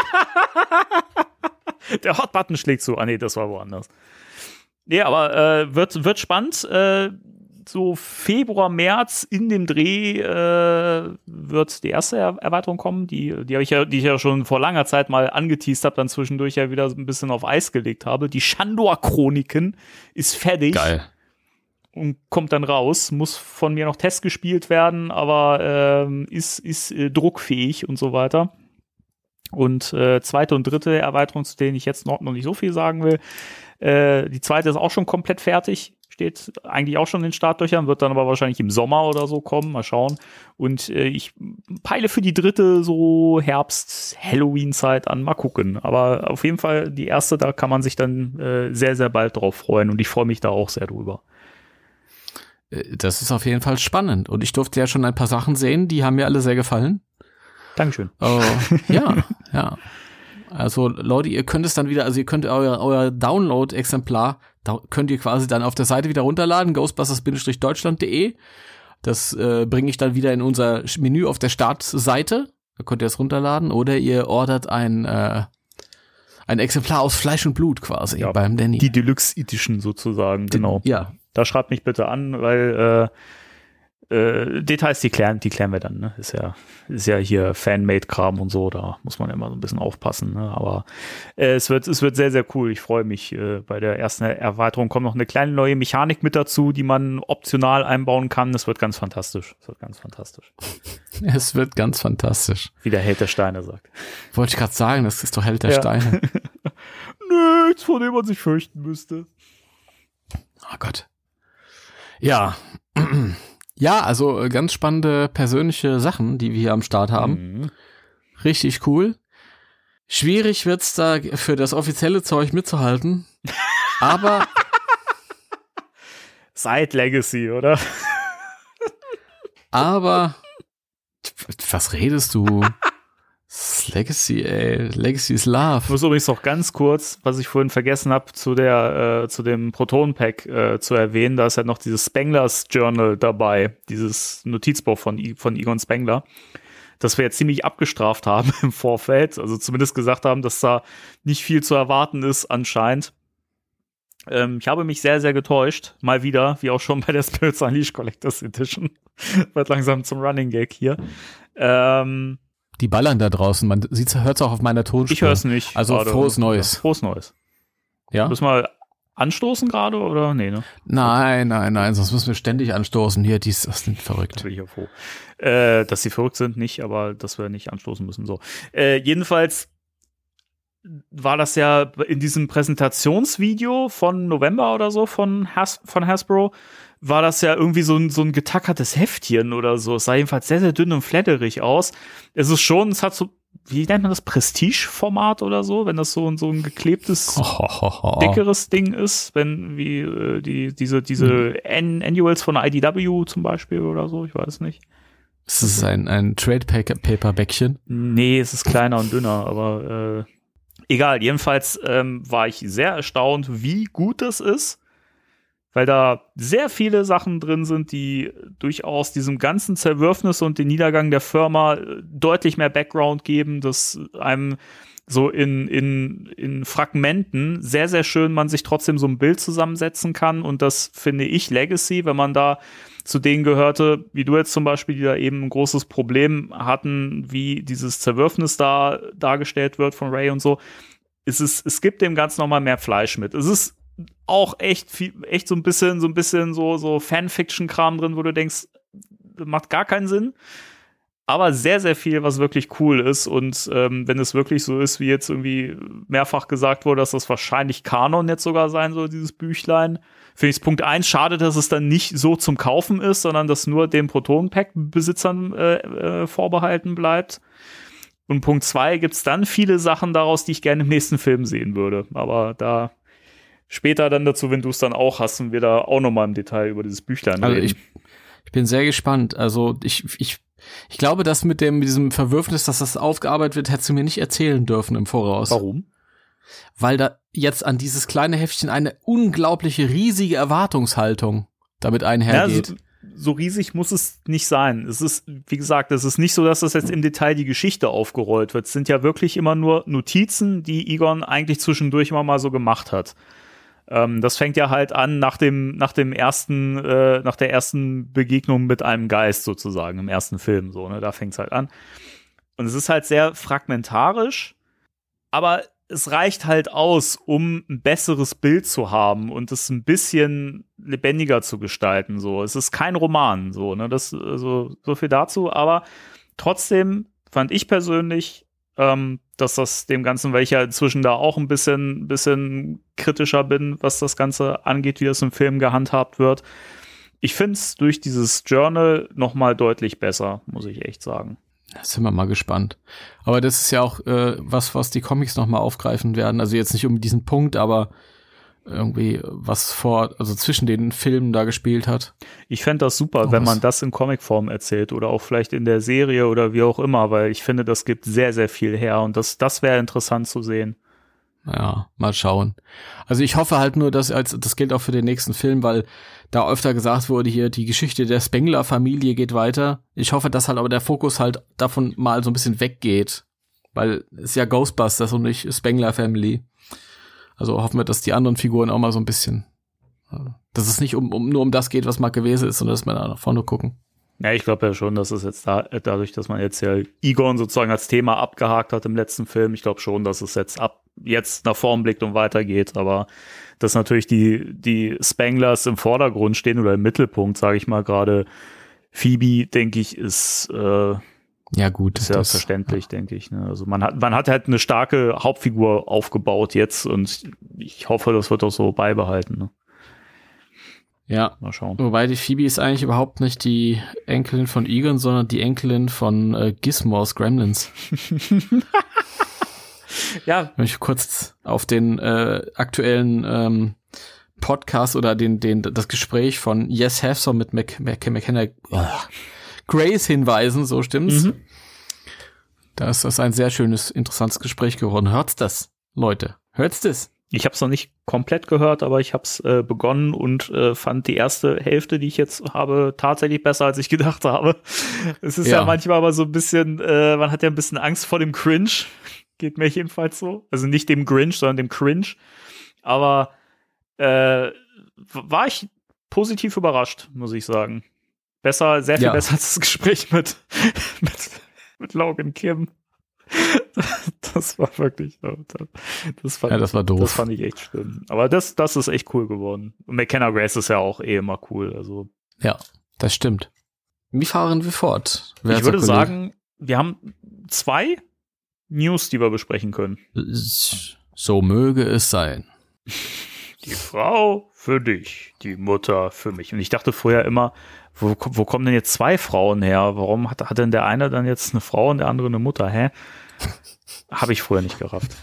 Der Hot-Button schlägt zu. Ah nee, das war woanders. Nee, aber wird spannend. So Februar, März in dem Dreh wird die erste Erweiterung kommen. Die ich ja schon vor langer Zeit mal angeteast habe, dann zwischendurch ja wieder ein bisschen auf Eis gelegt habe. Die Shandor-Chroniken ist fertig. Geil. Und kommt dann raus. Muss von mir noch testgespielt werden, aber ist druckfähig und so weiter. Und zweite und dritte Erweiterung, zu denen ich jetzt noch nicht so viel sagen will. Die zweite ist auch schon komplett fertig. Steht eigentlich auch schon in den Startlöchern, wird dann aber wahrscheinlich im Sommer oder so kommen, mal schauen. Und ich peile für die dritte so Herbst-Halloween-Zeit an, mal gucken. Aber auf jeden Fall die erste, da kann man sich dann sehr, sehr bald drauf freuen und ich freue mich da auch sehr drüber. Das ist auf jeden Fall spannend und ich durfte ja schon ein paar Sachen sehen, die haben mir alle sehr gefallen. Dankeschön. Ja. Also Leute, ihr könnt es dann wieder, also ihr könnt euer Download-Exemplar, da könnt ihr quasi dann auf der Seite wieder runterladen, ghostbusters-deutschland.de. Das bringe ich dann wieder in unser Menü auf der Startseite. Da könnt ihr es runterladen. Oder ihr ordert ein Exemplar aus Fleisch und Blut quasi beim Danny. Die Deluxe Edition sozusagen, genau. Ja. Da schreibt mich bitte an, weil Details, die klären wir dann, ne? Ist ja hier Fanmade-Kram und so, da muss man immer so ein bisschen aufpassen, ne? Aber es wird sehr, sehr cool. Ich freue mich. Bei der ersten Erweiterung kommt noch eine kleine neue Mechanik mit dazu, die man optional einbauen kann. Das wird ganz fantastisch. Es wird ganz fantastisch. Wie der Held der Steine sagt. Wollte ich gerade sagen, das ist doch Held der Steine. Nichts, vor dem man sich fürchten müsste. Oh Gott. Ja. Ja, also ganz spannende persönliche Sachen, die wir hier am Start haben. Mhm. Richtig cool. Schwierig wird's da für das offizielle Zeug mitzuhalten, aber Side Legacy, oder? Aber was redest du? Legacy, ey. Legacy is Love. Ich muss übrigens noch ganz kurz, was ich vorhin vergessen habe, zu dem Proton-Pack zu erwähnen. Da ist halt noch dieses Spenglers Journal dabei, dieses Notizbuch von Egon Spengler, das wir jetzt ziemlich abgestraft haben im Vorfeld. Also zumindest gesagt haben, dass da nicht viel zu erwarten ist anscheinend. Ich habe mich sehr, sehr getäuscht. Mal wieder, wie auch schon bei der Spirits Unleashed Collectors Edition. Wird langsam zum Running Gag hier. Die ballern da draußen, man hört es auch auf meiner Tonspur. Ich höre es nicht. Also frohes Neues. Frohes Neues. Ja? Müssen wir anstoßen gerade oder? Nee, ne? Nein, sonst müssen wir ständig anstoßen. Hier, das sind verrückt. Da bin ich ja froh. Dass sie verrückt sind, nicht, aber dass wir nicht anstoßen müssen. So. Jedenfalls war das ja in diesem Präsentationsvideo von November oder so von Hasbro, war das ja irgendwie so ein getackertes Heftchen oder so. Es sah jedenfalls sehr, sehr dünn und flatterig aus. Es hat so, wie nennt man das, Prestige-Format oder so, wenn das so ein geklebtes, dickeres Ding ist, wenn diese Annuals von IDW zum Beispiel oder so, ich weiß nicht. Ist es ein Trade-Paper-Bäckchen? Nee, es ist kleiner und dünner, aber egal, jedenfalls war ich sehr erstaunt, wie gut das ist, weil da sehr viele Sachen drin sind, die durchaus diesem ganzen Zerwürfnis und den Niedergang der Firma deutlich mehr Background geben, dass einem so in Fragmenten sehr, sehr schön man sich trotzdem so ein Bild zusammensetzen kann, und das finde ich Legacy, wenn man da zu denen gehörte, wie du jetzt zum Beispiel, die da eben ein großes Problem hatten, wie dieses Zerwürfnis da dargestellt wird von Ray und so. Es gibt dem Ganzen nochmal mehr Fleisch mit. Es ist auch echt so ein bisschen so Fanfiction-Kram drin, wo du denkst, das macht gar keinen Sinn. Aber sehr, sehr viel, was wirklich cool ist. Und wenn es wirklich so ist, wie jetzt irgendwie mehrfach gesagt wurde, dass das wahrscheinlich Kanon jetzt sogar sein soll, dieses Büchlein, finde ich es Punkt 1 schade, dass es dann nicht so zum Kaufen ist, sondern dass nur den Proton-Pack-Besitzern vorbehalten bleibt. Und Punkt 2 gibt es dann viele Sachen daraus, die ich gerne im nächsten Film sehen würde. Aber da später dann dazu, wenn du es dann auch hast und wir da auch nochmal im Detail über dieses Büchlein reden. Also ich bin sehr gespannt. Also ich glaube, dass mit diesem Verwürfnis, dass das aufgearbeitet wird, hättest du mir nicht erzählen dürfen im Voraus. Warum? Weil da jetzt an dieses kleine Heftchen eine unglaubliche, riesige Erwartungshaltung damit einhergeht. Ja, so riesig muss es nicht sein. Es ist, wie gesagt, es ist nicht so, dass das jetzt im Detail die Geschichte aufgerollt wird. Es sind ja wirklich immer nur Notizen, die Egon eigentlich zwischendurch immer mal so gemacht hat. Das fängt ja halt an nach der ersten Begegnung mit einem Geist sozusagen im ersten Film, so, ne, da fängt's halt an. Und es ist halt sehr fragmentarisch, aber es reicht halt aus, um ein besseres Bild zu haben und es ein bisschen lebendiger zu gestalten, so. Es ist kein Roman, so, ne, also, so viel dazu, aber trotzdem fand ich persönlich, dass das dem Ganzen, weil ich ja inzwischen da auch ein bisschen kritischer bin, was das Ganze angeht, wie das im Film gehandhabt wird. Ich finde es durch dieses Journal noch mal deutlich besser, muss ich echt sagen. Da sind wir mal gespannt. Aber das ist ja auch was die Comics noch mal aufgreifen werden. Also jetzt nicht um diesen Punkt, aber irgendwie was also zwischen den Filmen da gespielt hat. Ich fände das super, wenn man das in Comicform erzählt oder auch vielleicht in der Serie oder wie auch immer, weil ich finde, das gibt sehr, sehr viel her und das wäre interessant zu sehen. Ja, mal schauen. Also ich hoffe halt nur, das gilt auch für den nächsten Film, weil da öfter gesagt wurde, hier die Geschichte der Spengler-Familie geht weiter. Ich hoffe, dass halt aber der Fokus halt davon mal so ein bisschen weggeht, weil es ist ja Ghostbusters und nicht Spengler-Family. Also hoffen wir, dass die anderen Figuren auch mal so ein bisschen, dass es nicht nur um das geht, was mal gewesen ist, sondern dass wir da nach vorne gucken. Ja, ich glaube ja schon, dass es jetzt dadurch, dass man jetzt ja Egon sozusagen als Thema abgehakt hat im letzten Film, ich glaube schon, dass es jetzt nach vorn blickt und weitergeht, aber dass natürlich die Spenglers im Vordergrund stehen oder im Mittelpunkt, sage ich mal, gerade Phoebe, denke ich, ist ja gut, ist ja verständlich, denke ich. Ne? Also man hat halt eine starke Hauptfigur aufgebaut jetzt und ich hoffe, das wird auch so beibehalten. Ne? Ja, mal schauen. Wobei die Phoebe ist eigentlich überhaupt nicht die Enkelin von Egon, sondern die Enkelin von Gizmo aus Gremlins. Ja. Wenn ich kurz auf den aktuellen Podcast oder das Gespräch von Yes Have Some mit McKenna Grace hinweisen, so stimmt's. Mhm. Da ist das ein sehr schönes, interessantes Gespräch geworden. Hört's das, Leute? Hört's das? Ich habe es noch nicht komplett gehört, aber ich habe es begonnen und fand die erste Hälfte, die ich jetzt habe, tatsächlich besser, als ich gedacht habe. Es ist ja manchmal aber so ein bisschen, man hat ja ein bisschen Angst vor dem Cringe. Geht mir jedenfalls so. Also nicht dem Grinch, sondern dem Cringe. Aber war ich positiv überrascht, muss ich sagen. Sehr viel besser als das Gespräch mit Logan Kim. Das war wirklich, das war doof. Das fand ich echt schlimm. Aber das ist echt cool geworden. Und McKenna Grace ist ja auch immer cool. Also. Ja, das stimmt. Wie fahren wir fort? Ich würde sagen, wir haben 2 News, die wir besprechen können. So möge es sein. Die Frau für dich, die Mutter für mich. Und ich dachte vorher immer, wo kommen denn jetzt 2 Frauen her? Warum hat denn der eine dann jetzt eine Frau und der andere eine Mutter? Hä? Habe ich vorher nicht gerafft.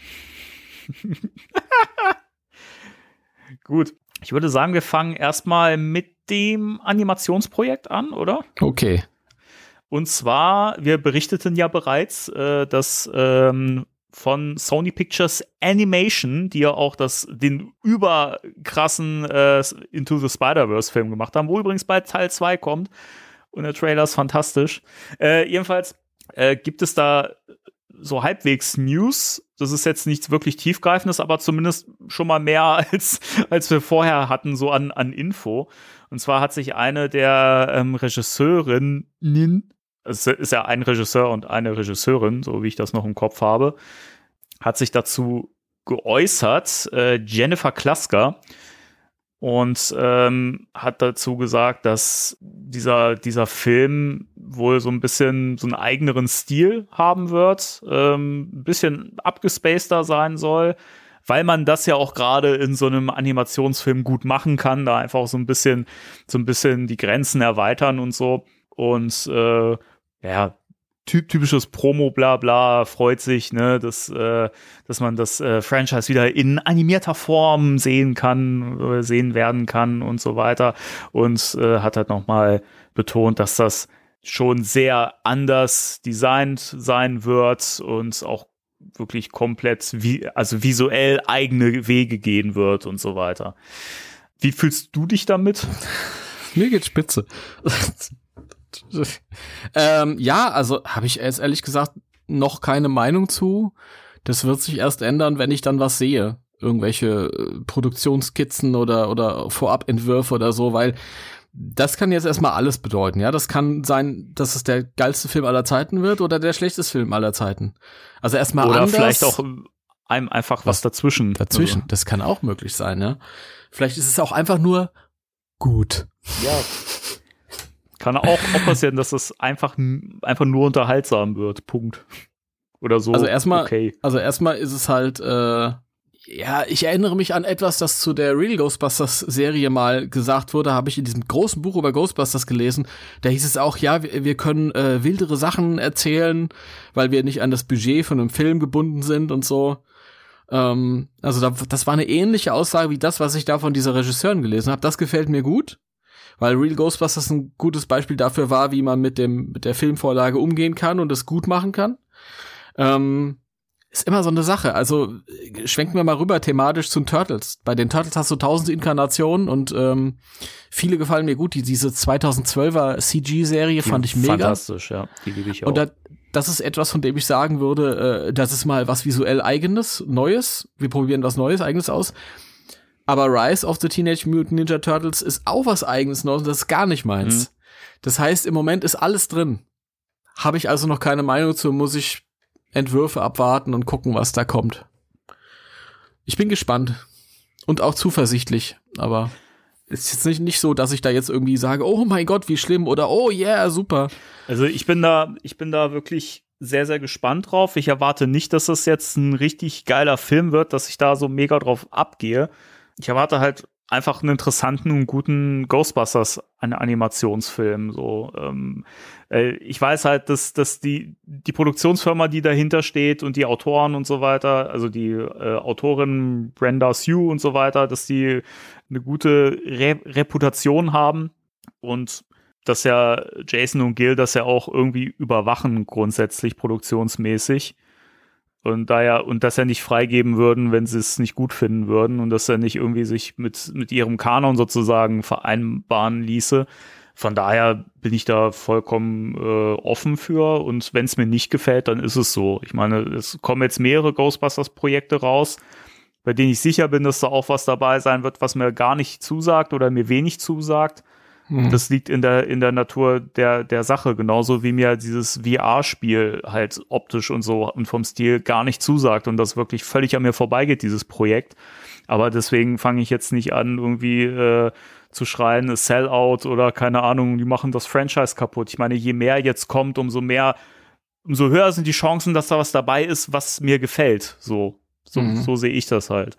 Gut. Ich würde sagen, wir fangen erstmal mit dem Animationsprojekt an, oder? Okay. Und zwar, wir berichteten ja bereits, dass von Sony Pictures Animation, die ja auch den überkrassen Into the Spider-Verse-Film gemacht haben, wo übrigens bald Teil 2 kommt. Und der Trailer ist fantastisch. Jedenfalls gibt es da so halbwegs News. Das ist jetzt nichts wirklich Tiefgreifendes, aber zumindest schon mal mehr als wir vorher hatten, so an Info. Und zwar hat sich eine der Regisseurinnen, es ist ja ein Regisseur und eine Regisseurin, so wie ich das noch im Kopf habe, hat sich dazu geäußert, Jennifer Klasker, und hat dazu gesagt, dass dieser Film wohl so ein bisschen so einen eigeneren Stil haben wird, ein bisschen abgespaceder sein soll, weil man das ja auch gerade in so einem Animationsfilm gut machen kann, da einfach so ein bisschen die Grenzen erweitern und so. Und typisches Promo-Blabla, freut sich, ne, dass man das Franchise wieder in animierter Form sehen werden kann und so weiter. Und hat halt nochmal betont, dass das schon sehr anders designt sein wird und auch wirklich komplett visuell eigene Wege gehen wird und so weiter. Wie fühlst du dich damit? Mir geht's spitze. Ja, also habe ich jetzt ehrlich gesagt noch keine Meinung zu. Das wird sich erst ändern, wenn ich dann was sehe. Irgendwelche Produktionsskizzen oder Vorabentwürfe oder so, weil das kann jetzt erstmal alles bedeuten, ja. Das kann sein, dass es der geilste Film aller Zeiten wird oder der schlechteste Film aller Zeiten. Also erstmal oder anders. Oder vielleicht auch einem einfach was dazwischen. Dazwischen, also. Das kann auch möglich sein, ja. Vielleicht ist es auch einfach nur gut. Ja. Kann auch passieren, dass es einfach nur unterhaltsam wird. Punkt. Oder so. Also erstmal, okay. Ist es halt, ja, ich erinnere mich an etwas, das zu der Real Ghostbusters Serie mal gesagt wurde, habe ich in diesem großen Buch über Ghostbusters gelesen. Da hieß es auch, ja, wir können wildere Sachen erzählen, weil wir nicht an das Budget von einem Film gebunden sind und so. Also das war eine ähnliche Aussage wie das, was ich da von dieser Regisseurin gelesen habe. Das gefällt mir gut, weil Real Ghostbusters ein gutes Beispiel dafür war, wie man mit der Filmvorlage umgehen kann und es gut machen kann. Ist immer so eine Sache. Also schwenken wir mal rüber thematisch zu den Turtles. Bei den Turtles hast du 1000 Inkarnationen und viele gefallen mir gut. Diese 2012er CG-Serie fand ich mega. Fantastisch, ja. Die liebe ich auch. Und das ist etwas, von dem ich sagen würde, das ist mal was visuell Eigenes, Neues. Wir probieren was Neues, Eigenes aus. Aber Rise of the Teenage Mutant Ninja Turtles ist auch was Eigenes Neues und das ist gar nicht meins. Mhm. Das heißt, im Moment ist alles drin. Habe ich also noch keine Meinung zu, muss ich Entwürfe abwarten und gucken, was da kommt. Ich bin gespannt und auch zuversichtlich, aber ist jetzt nicht so, dass ich da jetzt irgendwie sage, oh mein Gott, wie schlimm oder oh yeah, super. Also ich bin da wirklich sehr, sehr gespannt drauf. Ich erwarte nicht, dass das jetzt ein richtig geiler Film wird, dass ich da so mega drauf abgehe. Ich erwarte halt einfach einen interessanten und guten Ghostbusters Animationsfilm. So, ich weiß halt, dass die Produktionsfirma, die dahinter steht und die Autoren und so weiter, also die Autorin Brenda Sue und so weiter, dass die eine gute Reputation haben und dass ja Jason und Gil das ja auch irgendwie überwachen grundsätzlich produktionsmäßig. Und dass er nicht freigeben würden, wenn sie es nicht gut finden würden und dass er nicht irgendwie sich mit ihrem Kanon sozusagen vereinbaren ließe. Von daher bin ich da vollkommen offen für und wenn es mir nicht gefällt, dann ist es so. Ich meine, es kommen jetzt mehrere Ghostbusters-Projekte raus, bei denen ich sicher bin, dass da auch was dabei sein wird, was mir gar nicht zusagt oder mir wenig zusagt. Das liegt in der Natur der Sache, genauso wie mir dieses VR-Spiel halt optisch und so und vom Stil gar nicht zusagt und das wirklich völlig an mir vorbeigeht, dieses Projekt. Aber deswegen fange ich jetzt nicht an, irgendwie zu schreien, a Sellout oder keine Ahnung, die machen das Franchise kaputt. Ich meine, je mehr jetzt kommt, umso höher sind die Chancen, dass da was dabei ist, was mir gefällt. So sehe ich das halt.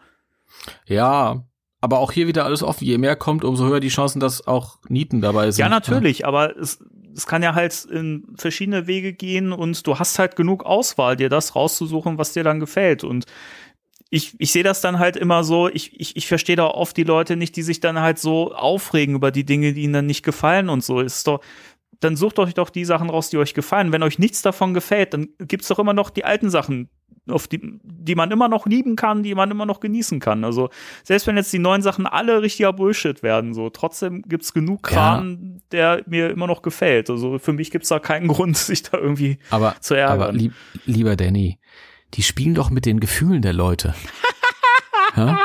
Ja, aber auch hier wieder alles offen. Je mehr kommt, umso höher die Chancen, dass auch Nieten dabei sind. Ja, natürlich, aber es kann ja halt in verschiedene Wege gehen und du hast halt genug Auswahl, dir das rauszusuchen, was dir dann gefällt. Und ich sehe das dann halt immer so, ich verstehe da oft die Leute nicht, die sich dann halt so aufregen über die Dinge, die ihnen dann nicht gefallen und so. Dann sucht euch doch die Sachen raus, die euch gefallen. Wenn euch nichts davon gefällt, dann gibt's doch immer noch die alten Sachen, auf die man immer noch lieben kann, die man immer noch genießen kann. Also selbst wenn jetzt die neuen Sachen alle richtiger Bullshit werden, so trotzdem gibt's genug Kram, der mir immer noch gefällt. Also für mich gibt's da keinen Grund, sich da irgendwie zu ärgern. Aber lieber Danny, die spielen doch mit den Gefühlen der Leute. Ja?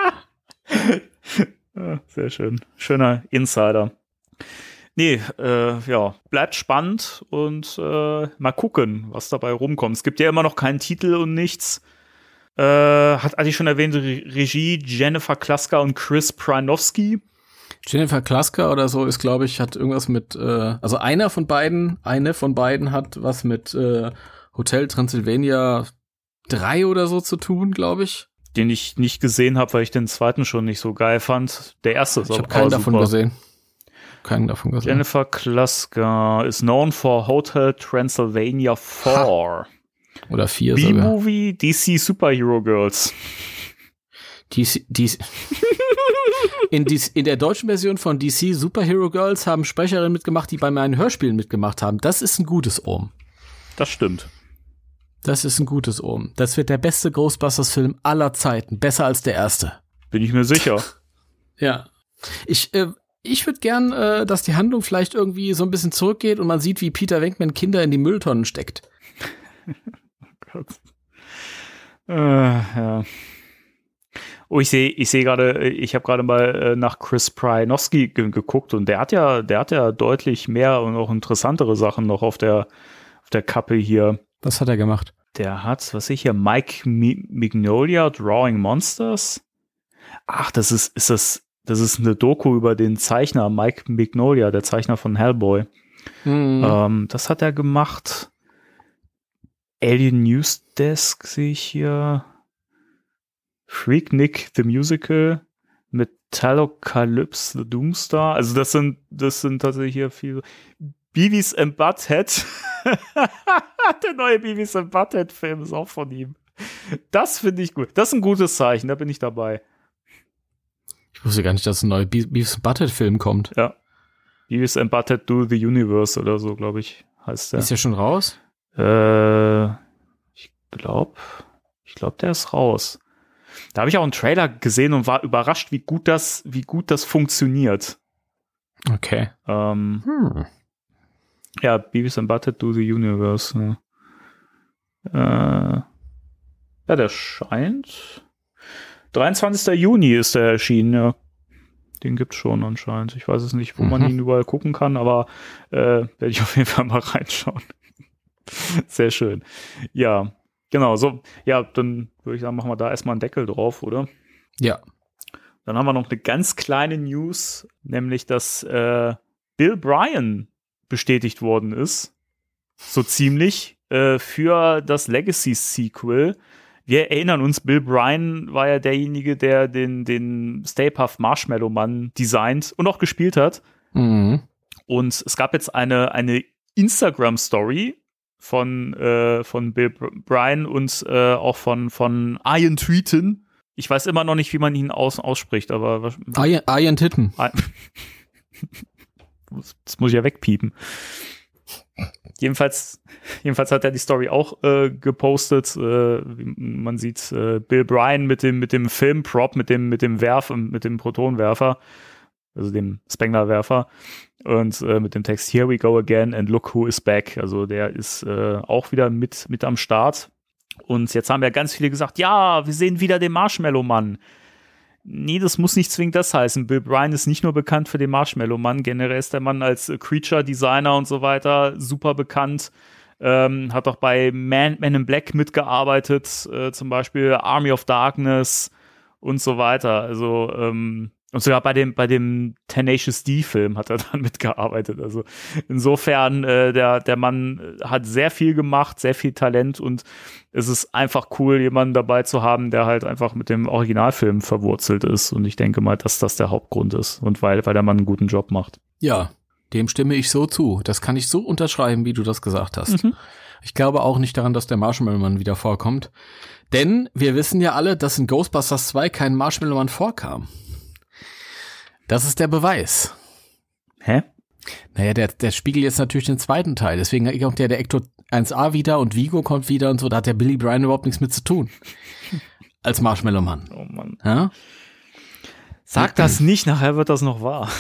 Ja, sehr schön. Schöner Insider. Nee, bleibt spannend und mal gucken, was dabei rumkommt. Es gibt ja immer noch keinen Titel und nichts. Hat Adi schon erwähnt, Regie Jennifer Klaska und Chris Prynoski. Jennifer Klaska oder so ist, glaube ich, hat irgendwas mit, also eine von beiden hat was mit Hotel Transylvania 3 oder so zu tun, glaube ich. Den ich nicht gesehen habe, weil ich den zweiten schon nicht so geil fand. Der erste ist aber ich habe keinen davon gesehen. Jennifer Klaska is known for Hotel Transylvania 4. Oder 4 sogar. B-Movie, DC Superhero Girls. In der deutschen Version von DC Superhero Girls haben Sprecherinnen mitgemacht, die bei meinen Hörspielen mitgemacht haben. Das ist ein gutes Ohm. Das stimmt. Das ist ein gutes Ohm. Das wird der beste Ghostbusters-Film aller Zeiten. Besser als der erste. Bin ich mir sicher. Ja. Ich würde gern, dass die Handlung vielleicht irgendwie so ein bisschen zurückgeht und man sieht, wie Peter Venkman Kinder in die Mülltonnen steckt. Oh Gott. Ja. Oh, ich sehe gerade, ich habe gerade mal nach Chris Prynowski geguckt und der hat ja deutlich mehr und auch interessantere Sachen noch auf der Kappe hier. Was hat er gemacht? Der hat, was sehe ich hier, Mike Mignola, Drawing Monsters. Ach, das ist eine Doku über den Zeichner Mike Mignola, der Zeichner von Hellboy. Mhm. Das hat er gemacht. Alien News Desk sehe ich hier. Freaknik the Musical, Metallocalypse the Doomstar. Also das sind tatsächlich hier viele. Beavis and Butthead. Der neue Beavis and Butthead Film ist auch von ihm. Das finde ich gut. Das ist ein gutes Zeichen, da bin ich dabei. Ich wusste gar nicht, dass ein neuer Beavis and Butthead Film kommt. Ja. Beavis and Butthead Do the Universe oder so, glaube ich, heißt der. Ist der schon raus? Ich glaube, der ist raus. Da habe ich auch einen Trailer gesehen und war überrascht, wie gut das funktioniert. Okay. Ja, Beavis and Butthead Do the Universe. Ja, der scheint 23. Juni ist der erschienen, ja. Den gibt's schon anscheinend. Ich weiß es nicht, wo man ihn überall gucken kann, aber werde ich auf jeden Fall mal reinschauen. Sehr schön. Ja, genau, so. Ja, dann würde ich sagen, machen wir da erstmal einen Deckel drauf, oder? Ja. Dann haben wir noch eine ganz kleine News, nämlich, dass Bill Bryan bestätigt worden ist, so ziemlich, für das Legacy-Sequel. Wir erinnern uns, Bill Bryan war ja derjenige, der den Stay Puft Marshmallow Man designt und auch gespielt hat. Mhm. Und es gab jetzt eine Instagram-Story von Bill Bryan und auch von Ian Tweeten. Ich weiß immer noch nicht, wie man ihn ausspricht, aber Ian Titten. Das muss ich ja wegpiepen. Jedenfalls hat er die Story auch gepostet. Man sieht Bill Bryan mit dem Filmprop, mit dem Protonwerfer, also dem Spengler-Werfer, und mit dem Text Here we go again and look who is back. Also der ist auch wieder mit am Start. Und jetzt haben ja ganz viele gesagt, ja, wir sehen wieder den Marshmallow-Mann. Nee, das muss nicht zwingend das heißen. Bill Bryan ist nicht nur bekannt für den Marshmallow-Mann, generell ist der Mann als Creature-Designer und so weiter super bekannt. Hat auch bei Man in Black mitgearbeitet, zum Beispiel Army of Darkness und so weiter. Also und sogar bei dem Tenacious D-Film hat er dann mitgearbeitet. Also insofern, der Mann hat sehr viel gemacht, sehr viel Talent, und es ist einfach cool, jemanden dabei zu haben, der halt einfach mit dem Originalfilm verwurzelt ist. Und ich denke mal, dass das der Hauptgrund ist. Und weil der Mann einen guten Job macht. Ja, dem stimme ich so zu. Das kann ich so unterschreiben, wie du das gesagt hast. Mhm. Ich glaube auch nicht daran, dass der Marshmallow-Mann wieder vorkommt. Denn wir wissen ja alle, dass in Ghostbusters 2 kein Marshmallow-Mann vorkam. Das ist der Beweis. Hä? Naja, der spiegelt jetzt natürlich den zweiten Teil. Deswegen kommt der Ecto 1A wieder und Vigo kommt wieder und so. Da hat der Billy Bryan überhaupt nichts mit zu tun. Als Marshmallow-Mann. Oh Mann. Ja? Sag das nicht, nachher wird das noch wahr.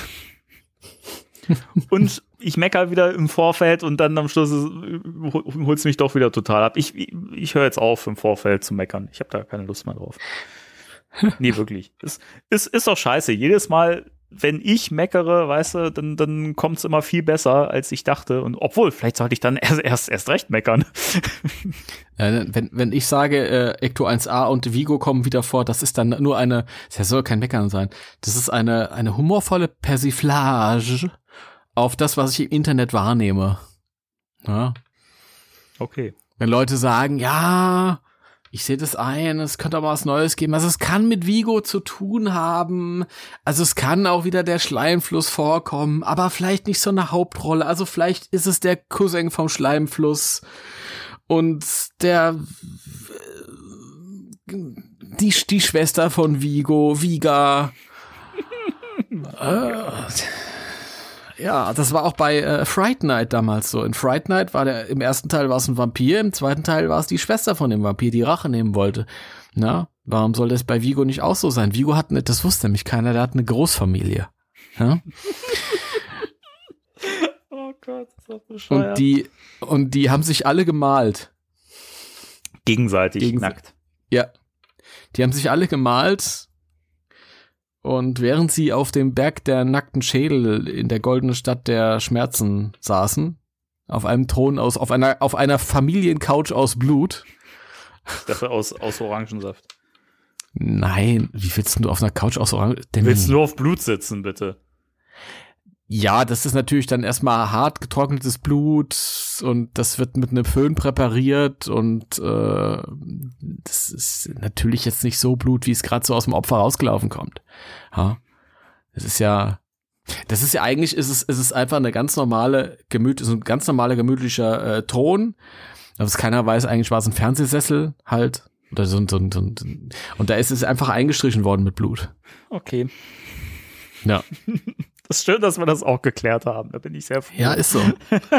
Und ich meckere wieder im Vorfeld und dann am Schluss holt's mich doch wieder total ab. Ich höre jetzt auf, im Vorfeld zu meckern. Ich habe da keine Lust mehr drauf. Nee, wirklich. Es ist doch scheiße. Jedes Mal, wenn ich meckere, weißt du, dann kommt's immer viel besser, als ich dachte. Und obwohl, vielleicht sollte ich dann erst recht meckern. Wenn ich sage, Ecto 1A und Vigo kommen wieder vor, das ist dann nur das soll kein Meckern sein. Das ist eine humorvolle Persiflage auf das, was ich im Internet wahrnehme. Ja. Okay. Wenn Leute sagen, ja, ich sehe das ein, es könnte aber was Neues geben. Also es kann mit Vigo zu tun haben. Also es kann auch wieder der Schleimfluss vorkommen, aber vielleicht nicht so eine Hauptrolle. Also vielleicht ist es der Cousin vom Schleimfluss und die Schwester von Vigo, Viga. Ja, das war auch bei Fright Night damals so. In Fright Night im ersten Teil war es ein Vampir, im zweiten Teil war es die Schwester von dem Vampir, die Rache nehmen wollte. Na, warum soll das bei Vigo nicht auch so sein? Vigo das wusste nämlich keiner, der hat eine Großfamilie. Ja? Oh Gott, ist das bescheuert. Und die haben sich alle gemalt. Gegenseitig nackt. Ja. Die haben sich alle gemalt und während sie auf dem Berg der nackten Schädel in der goldenen Stadt der Schmerzen saßen, auf einem Thron auf einer Familiencouch aus Blut. Dafür aus Orangensaft. Nein, wie willst du auf einer Couch aus Orangensaft? Willst du nur auf Blut sitzen, bitte? Ja, das ist natürlich dann erstmal hart getrocknetes Blut und das wird mit einem Föhn präpariert und das ist natürlich jetzt nicht so Blut, wie es gerade so aus dem Opfer rausgelaufen kommt. Ja, das ist ja eigentlich ist es einfach eine ganz normale gemütlicher Thron. Aber keiner weiß, eigentlich war es ein Fernsehsessel halt oder so und da ist es einfach eingestrichen worden mit Blut. Okay. Ja. Das ist schön, dass wir das auch geklärt haben. Da bin ich sehr froh. Ja, ist so.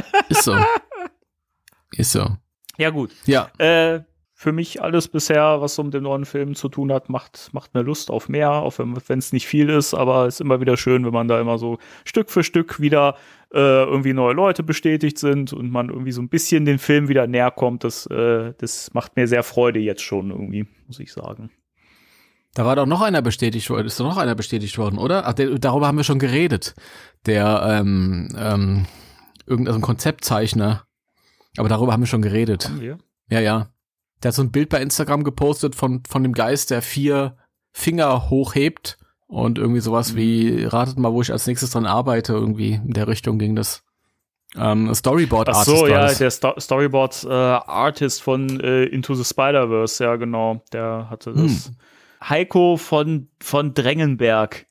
Ist so. Ja, gut. Ja. Für mich alles bisher, was so mit dem neuen Film zu tun hat, macht mir Lust auf mehr, auch wenn es nicht viel ist, aber es ist immer wieder schön, wenn man da immer so Stück für Stück wieder irgendwie neue Leute bestätigt sind und man irgendwie so ein bisschen den Film wieder näher kommt. Das macht mir sehr Freude jetzt schon irgendwie, muss ich sagen. Da war doch noch einer bestätigt worden, oder? Ach, darüber haben wir schon geredet. Der, irgendein Konzeptzeichner. Aber darüber haben wir schon geredet. Haben wir? Ja. Der hat so ein Bild bei Instagram gepostet von dem Geist, der 4 Finger hochhebt und irgendwie sowas wie, ratet mal, wo ich als nächstes dran arbeite, irgendwie in der Richtung ging das. Storyboard-Artist. Ach so, ja, das. der Storyboard-Artist von Into the Spider-Verse, ja genau, der hatte das. Heiko von Drengenberg.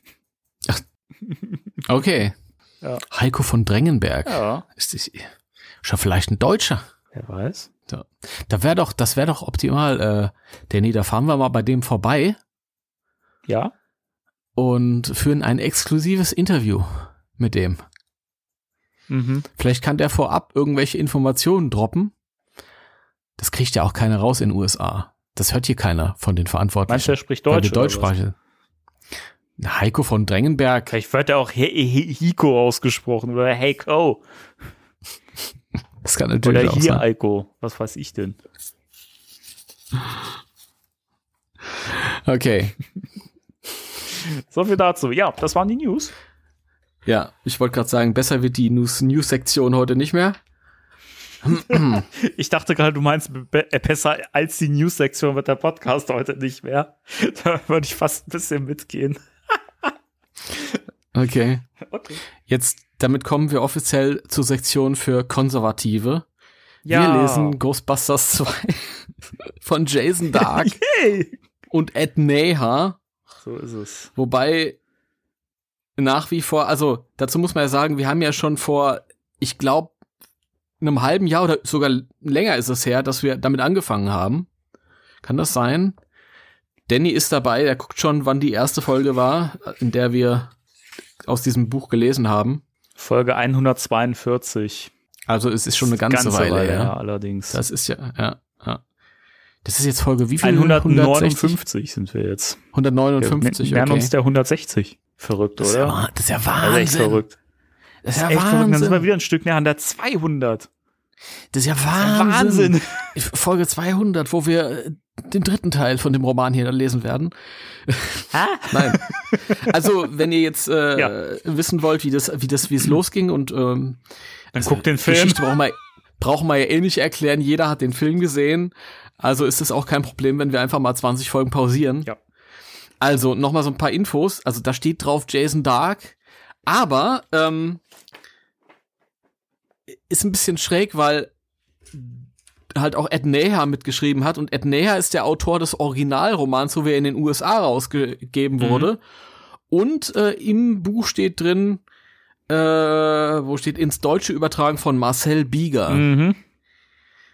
Okay. Ja. Heiko von Drengenberg. Ja. Ist schon vielleicht ein Deutscher? Wer weiß. Ja. Das wäre doch optimal. Danny, da fahren wir mal bei dem vorbei. Ja. Und führen ein exklusives Interview mit dem. Mhm. Vielleicht kann der vorab irgendwelche Informationen droppen. Das kriegt ja auch keiner raus in den USA. Das hört hier keiner von den Verantwortlichen. Meinst du, der spricht Deutsch? Deutschsprachig. Heiko von Drengenberg. Vielleicht wird er auch Hiko ausgesprochen oder Heiko. Das kann natürlich oder auch hier sein. Heiko. Was weiß ich denn? Okay. So viel dazu. Ja, das waren die News. Ja, ich wollte gerade sagen, besser wird die News-Sektion heute nicht mehr. Ich dachte gerade, du meinst besser als die News-Sektion wird der Podcast heute nicht mehr. Da würde ich fast ein bisschen mitgehen. Okay. Jetzt, damit kommen wir offiziell zur Sektion für Konservative. Ja. Wir lesen Ghostbusters 2 von Jason Dark und Ed Neha. So ist es. Wobei nach wie vor, also dazu muss man ja sagen, wir haben ja schon vor, ich glaube, einem halben Jahr oder sogar länger ist es her, dass wir damit angefangen haben. Kann das sein? Danny ist dabei, der guckt schon, wann die erste Folge war, in der wir aus diesem Buch gelesen haben. Folge 142. Also es ist schon eine ganze Weile, ja, allerdings. Das ist ja. Das ist jetzt Folge wie viel? 159 sind wir jetzt. 159, wir nähern okay. uns der 160. Verrückt, oder? Das ist ja Das ist echt Wahnsinn. verrückt. Das ist ja echt verrückt. Dann sind wir Wahnsinn. wieder ein Stück näher an der 200. Das ist ja Wahnsinn. Folge 200, wo wir den dritten Teil von dem Roman hier lesen werden. Nein. Also, wenn ihr jetzt wissen wollt, wie es losging und Dann guckt den Film. Geschichte brauchen wir ja eh nicht erklären. Jeder hat den Film gesehen. Also ist es auch kein Problem, wenn wir einfach mal 20 Folgen pausieren. Ja. Also, nochmal so ein paar Infos. Also, da steht drauf Jason Dark. Aber, ist ein bisschen schräg, weil halt auch Ed Neha mitgeschrieben hat. Und Ed Neha ist der Autor des Originalromans, so wie er in den USA rausgegeben wurde. Und im Buch steht drin, wo steht ins Deutsche übertragen von Marcel Bieger. Mhm.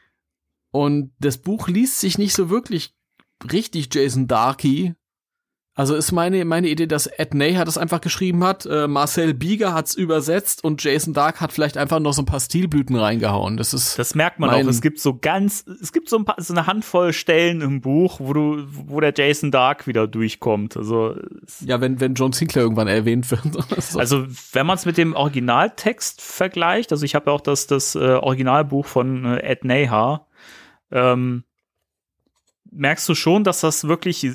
Und das Buch liest sich nicht so wirklich richtig Jason Darky. Also ist meine Idee, dass Ed Neiher das einfach geschrieben hat, Marcel Bieger hat's übersetzt und Jason Dark hat vielleicht einfach noch so ein paar Stilblüten reingehauen. Das merkt man auch. Es gibt so eine Handvoll Stellen im Buch, wo der Jason Dark wieder durchkommt. Also ja, wenn John Sinclair irgendwann erwähnt wird. So. Also wenn man es mit dem Originaltext vergleicht, also ich habe ja auch das Originalbuch von Ed Neiher, merkst du schon, dass das wirklich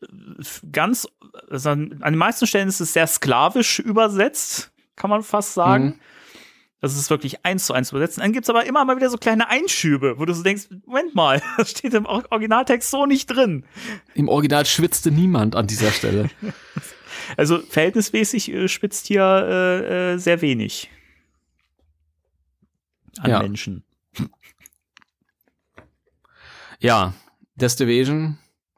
also an den meisten Stellen ist es sehr sklavisch übersetzt, kann man fast sagen. Mhm. Das ist wirklich 1:1 übersetzt. Dann gibt's aber immer mal wieder so kleine Einschübe, wo du so denkst, Moment mal, das steht im Originaltext so nicht drin. Im Original schwitzte niemand an dieser Stelle. Also verhältnismäßig spitzt hier sehr wenig an Menschen. Ja, Death Division.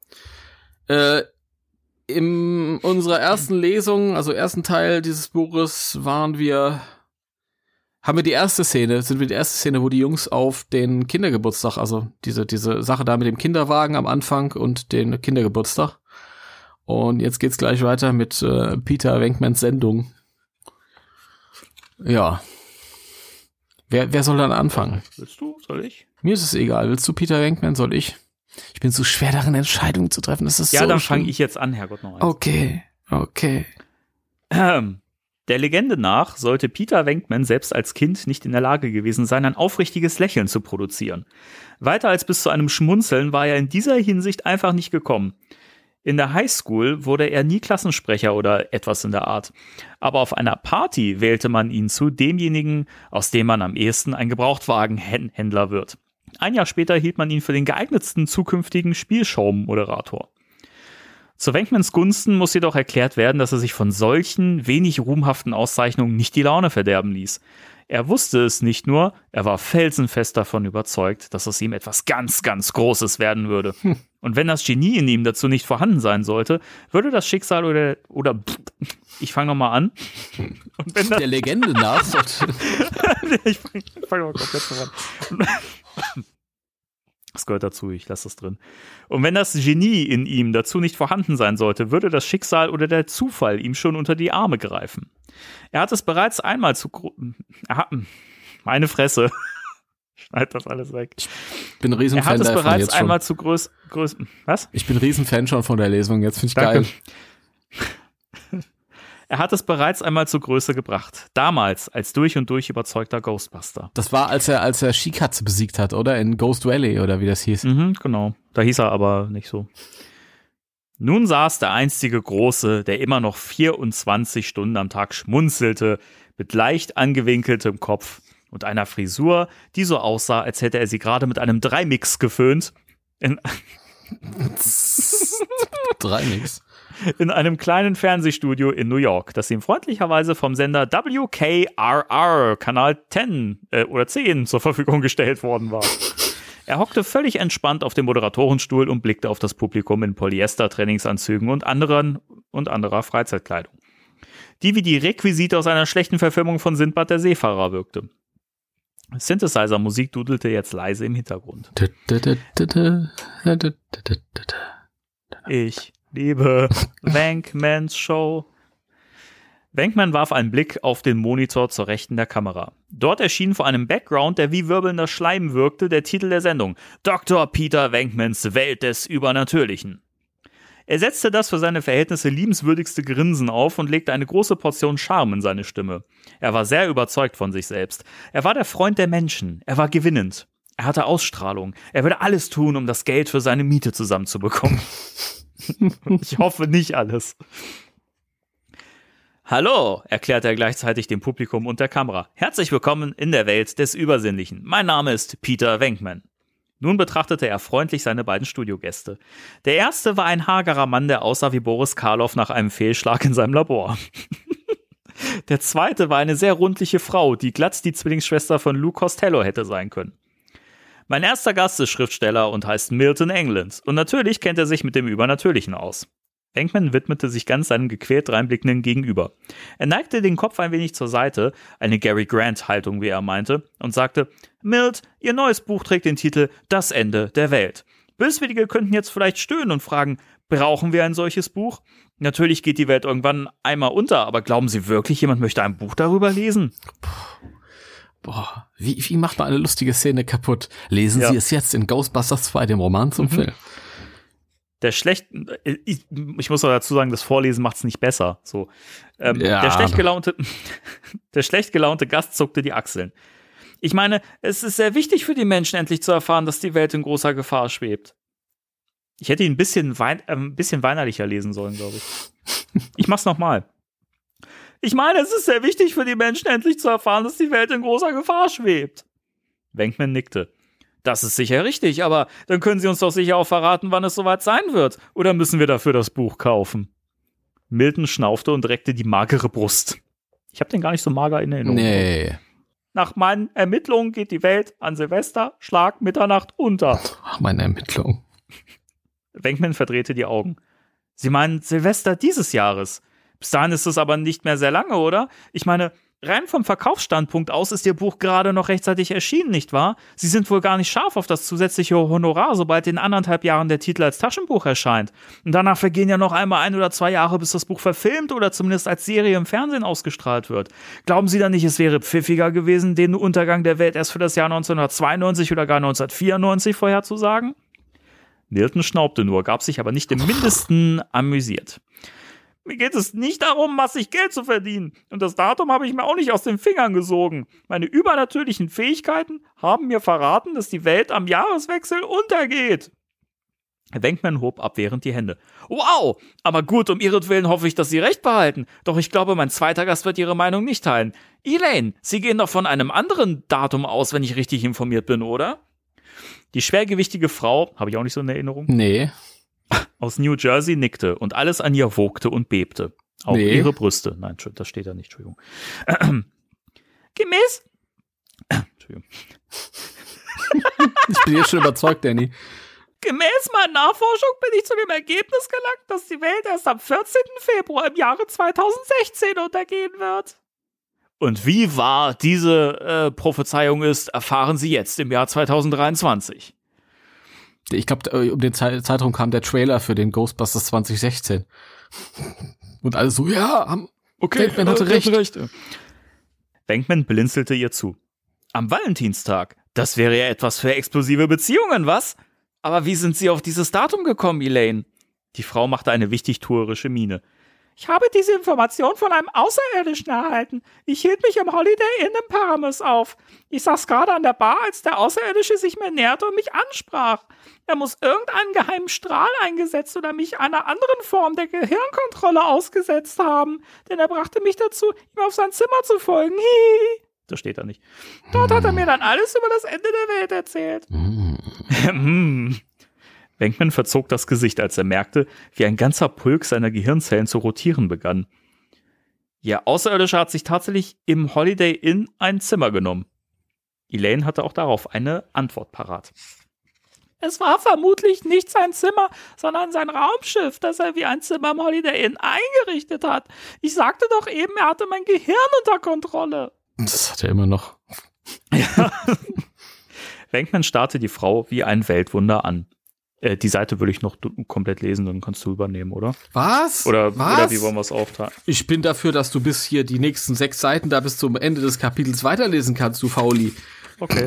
In unserer ersten Lesung, also ersten Teil dieses Buches, sind wir die erste Szene, wo die Jungs auf den Kindergeburtstag, also diese Sache da mit dem Kinderwagen am Anfang und den Kindergeburtstag. Und jetzt geht's gleich weiter mit Peter Venkmans Sendung. Ja. Wer soll dann anfangen? Willst du? Soll ich? Mir ist es egal. Willst du Peter Venkman? Soll ich? Ich bin so schwer darin, Entscheidungen zu treffen. Das ist ja, so dann schlimm. fange ich jetzt an, Herrgott, noch eins. Okay. Der Legende nach sollte Peter Venkman selbst als Kind nicht in der Lage gewesen sein, ein aufrichtiges Lächeln zu produzieren. Weiter als bis zu einem Schmunzeln war er in dieser Hinsicht einfach nicht gekommen. In der Highschool wurde er nie Klassensprecher oder etwas in der Art. Aber auf einer Party wählte man ihn zu demjenigen, aus dem man am ehesten ein Gebrauchtwagenhändler wird. Ein Jahr später hielt man ihn für den geeignetsten zukünftigen Spielshow-Moderator. Zu Venkmans Gunsten muss jedoch erklärt werden, dass er sich von solchen, wenig ruhmhaften Auszeichnungen nicht die Laune verderben ließ. Er wusste es nicht nur, er war felsenfest davon überzeugt, dass aus ihm etwas ganz, ganz Großes werden würde. Und wenn das Genie in ihm dazu nicht vorhanden sein sollte, würde das Schicksal oder ich fange nochmal an. Und wenn das der Legende nach. ich fange mal komplett voran. Das gehört dazu, ich lasse das drin. Und wenn das Genie in ihm dazu nicht vorhanden sein sollte, würde das Schicksal oder der Zufall ihm schon unter die Arme greifen. Er hat es bereits einmal meine Fresse. Schneid das alles weg. Ich bin ein Riesenfan davon. Er hat es bereits jetzt einmal schon. Was? Ich bin ein Riesenfan schon von der Lesung, jetzt finde ich Danke. Geil. Er hat es bereits einmal zur Größe gebracht. Damals als durch und durch überzeugter Ghostbuster. Das war, als er Skikatze besiegt hat, oder? In Ghost Valley, oder wie das hieß. Mhm, genau. Da hieß er aber nicht so. Nun saß der einstige Große, der immer noch 24 Stunden am Tag schmunzelte, mit leicht angewinkeltem Kopf und einer Frisur, die so aussah, als hätte er sie gerade mit einem Dreimix geföhnt. Dreimix? In einem kleinen Fernsehstudio in New York, das ihm freundlicherweise vom Sender WKRR Kanal 10 oder 10 zur Verfügung gestellt worden war. Er hockte völlig entspannt auf dem Moderatorenstuhl und blickte auf das Publikum in Polyester-Trainingsanzügen und anderer Freizeitkleidung, die wie die Requisite aus einer schlechten Verfilmung von Sindbad der Seefahrer wirkte. Synthesizer-Musik dudelte jetzt leise im Hintergrund. Ich liebe Venkmans Show. Venkman warf einen Blick auf den Monitor zur Rechten der Kamera. Dort erschien vor einem Background, der wie wirbelnder Schleim wirkte, der Titel der Sendung: Dr. Peter Venkmans Welt des Übernatürlichen. Er setzte das für seine Verhältnisse liebenswürdigste Grinsen auf und legte eine große Portion Charme in seine Stimme. Er war sehr überzeugt von sich selbst. Er war der Freund der Menschen. Er war gewinnend. Er hatte Ausstrahlung. Er würde alles tun, um das Geld für seine Miete zusammenzubekommen. Ich hoffe nicht alles. Hallo, erklärte er gleichzeitig dem Publikum und der Kamera. Herzlich willkommen in der Welt des Übersinnlichen. Mein Name ist Peter Venkman. Nun betrachtete er freundlich seine beiden Studiogäste. Der erste war ein hagerer Mann, der aussah wie Boris Karloff nach einem Fehlschlag in seinem Labor. Der zweite war eine sehr rundliche Frau, die glatt die Zwillingsschwester von Lou Costello hätte sein können. Mein erster Gast ist Schriftsteller und heißt Milton England. Und natürlich kennt er sich mit dem Übernatürlichen aus. Venkman widmete sich ganz seinem gequält dreinblickenden Gegenüber. Er neigte den Kopf ein wenig zur Seite, eine Gary Grant-Haltung, wie er meinte, und sagte: Milt, Ihr neues Buch trägt den Titel »Das Ende der Welt«. Böswillige könnten jetzt vielleicht stöhnen und fragen, brauchen wir ein solches Buch? Natürlich geht die Welt irgendwann einmal unter, aber glauben Sie wirklich, jemand möchte ein Buch darüber lesen? Boah, wie macht man eine lustige Szene kaputt? Lesen Sie es jetzt in Ghostbusters 2, dem Roman zum Film. Ich muss auch dazu sagen, das Vorlesen macht es nicht besser. So, der schlecht gelaunte Gast zuckte die Achseln. Ich meine, es ist sehr wichtig für die Menschen, endlich zu erfahren, dass die Welt in großer Gefahr schwebt. Ich hätte ihn ein bisschen weinerlicher lesen sollen, glaube ich. Ich mach's nochmal. Ich meine, es ist sehr wichtig für die Menschen, endlich zu erfahren, dass die Welt in großer Gefahr schwebt. Venkman nickte. Das ist sicher richtig, aber dann können Sie uns doch sicher auch verraten, wann es soweit sein wird. Oder müssen wir dafür das Buch kaufen? Milton schnaufte und reckte die magere Brust. Ich habe den gar nicht so mager in Erinnerung. Nee. Nach meinen Ermittlungen geht die Welt an Silvester, Schlag, Mitternacht unter. Ach, meine Ermittlungen. Venkman verdrehte die Augen. Sie meinen Silvester dieses Jahres? Bis dahin ist es aber nicht mehr sehr lange, oder? Ich meine, rein vom Verkaufsstandpunkt aus ist Ihr Buch gerade noch rechtzeitig erschienen, nicht wahr? Sie sind wohl gar nicht scharf auf das zusätzliche Honorar, sobald in 1,5 Jahren der Titel als Taschenbuch erscheint. Und danach vergehen ja noch einmal 1 oder 2 Jahre, bis das Buch verfilmt oder zumindest als Serie im Fernsehen ausgestrahlt wird. Glauben Sie dann nicht, es wäre pfiffiger gewesen, den Untergang der Welt erst für das Jahr 1992 oder gar 1994 vorherzusagen? Milton schnaubte nur, gab sich aber nicht im Mindesten amüsiert. Mir geht es nicht darum, massig Geld zu verdienen. Und das Datum habe ich mir auch nicht aus den Fingern gesogen. Meine übernatürlichen Fähigkeiten haben mir verraten, dass die Welt am Jahreswechsel untergeht. Venkman hob abwehrend die Hände. Wow, aber gut, um Ihretwillen hoffe ich, dass Sie recht behalten. Doch ich glaube, mein zweiter Gast wird Ihre Meinung nicht teilen. Elaine, Sie gehen doch von einem anderen Datum aus, wenn ich richtig informiert bin, oder? Die schwergewichtige Frau, habe ich auch nicht so in Erinnerung? Nee. Aus New Jersey nickte und alles an ihr wogte und bebte. Auch ihre Brüste. Nein, das steht da nicht, Entschuldigung. Gemäß. Entschuldigung. Ich bin jetzt schon überzeugt, Danny. Gemäß meiner Nachforschung bin ich zu dem Ergebnis gelangt, dass die Welt erst am 14. Februar im Jahre 2016 untergehen wird. Und wie wahr diese Prophezeiung ist, erfahren Sie jetzt im Jahr 2023. Ich glaube, um den Zeitraum kam der Trailer für den Ghostbusters 2016. Und alle so, ja, okay, Venkman hatte recht. Venkman blinzelte ihr zu. Am Valentinstag? Das wäre ja etwas für explosive Beziehungen, was? Aber wie sind Sie auf dieses Datum gekommen, Elaine? Die Frau machte eine wichtigtuerische Miene. Ich habe diese Information von einem Außerirdischen erhalten. Ich hielt mich im Holiday Inn in Paramus auf. Ich saß gerade an der Bar, als der Außerirdische sich mir näherte und mich ansprach. Er muss irgendeinen geheimen Strahl eingesetzt oder mich einer anderen Form der Gehirnkontrolle ausgesetzt haben. Denn er brachte mich dazu, ihm auf sein Zimmer zu folgen. Hihi. Das steht da nicht. Dort hat er mir dann alles über das Ende der Welt erzählt. Venkman verzog das Gesicht, als er merkte, wie ein ganzer Pulk seiner Gehirnzellen zu rotieren begann. Ihr Außerirdischer hat sich tatsächlich im Holiday Inn ein Zimmer genommen. Elaine hatte auch darauf eine Antwort parat. Es war vermutlich nicht sein Zimmer, sondern sein Raumschiff, das er wie ein Zimmer im Holiday Inn eingerichtet hat. Ich sagte doch eben, er hatte mein Gehirn unter Kontrolle. Das hat er immer noch. Ja. Venkman starrte die Frau wie ein Weltwunder an. Die Seite würde ich noch komplett lesen, dann kannst du übernehmen, oder? Was? Oder wie wollen wir es aufteilen? Ich bin dafür, dass du bis hier die nächsten 6 Seiten da bis zum Ende des Kapitels weiterlesen kannst, du Fauli. Okay.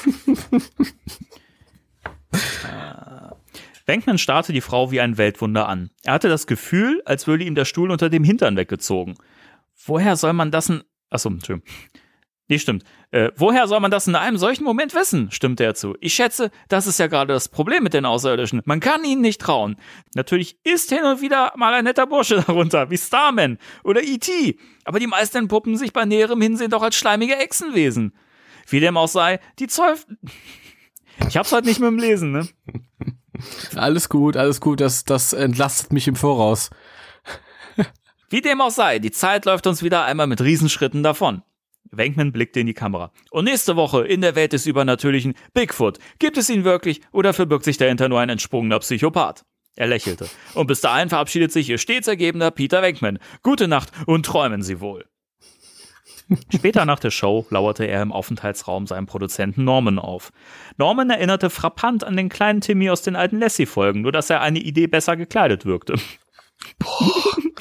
Venkman starrte die Frau wie ein Weltwunder an. Er hatte das Gefühl, als würde ihm der Stuhl unter dem Hintern weggezogen. Woher soll man das in... Achso, Entschuldigung. Nee, stimmt. Woher soll man das in einem solchen Moment wissen? Stimmte er zu. Ich schätze, das ist ja gerade das Problem mit den Außerirdischen. Man kann ihnen nicht trauen. Natürlich ist hin und wieder mal ein netter Bursche darunter, wie Starman oder E.T., aber die meisten entpuppen sich bei näherem Hinsehen doch als schleimige Echsenwesen. Wie dem auch sei, die Teufel... Ich hab's halt nicht mit dem Lesen, ne? Alles gut, das entlastet mich im Voraus. Wie dem auch sei, die Zeit läuft uns wieder einmal mit Riesenschritten davon. Venkman blickte in die Kamera. Und nächste Woche in der Welt des Übernatürlichen Bigfoot. Gibt es ihn wirklich oder verbirgt sich dahinter nur ein entsprungener Psychopath? Er lächelte. Und bis dahin verabschiedet sich Ihr stets ergebener Peter Venkman. Gute Nacht und träumen Sie wohl. Später nach der Show lauerte er im Aufenthaltsraum seinem Produzenten Norman auf. Norman erinnerte frappant an den kleinen Timmy aus den alten Lassie-Folgen, nur dass er eine Idee besser gekleidet wirkte. Boah.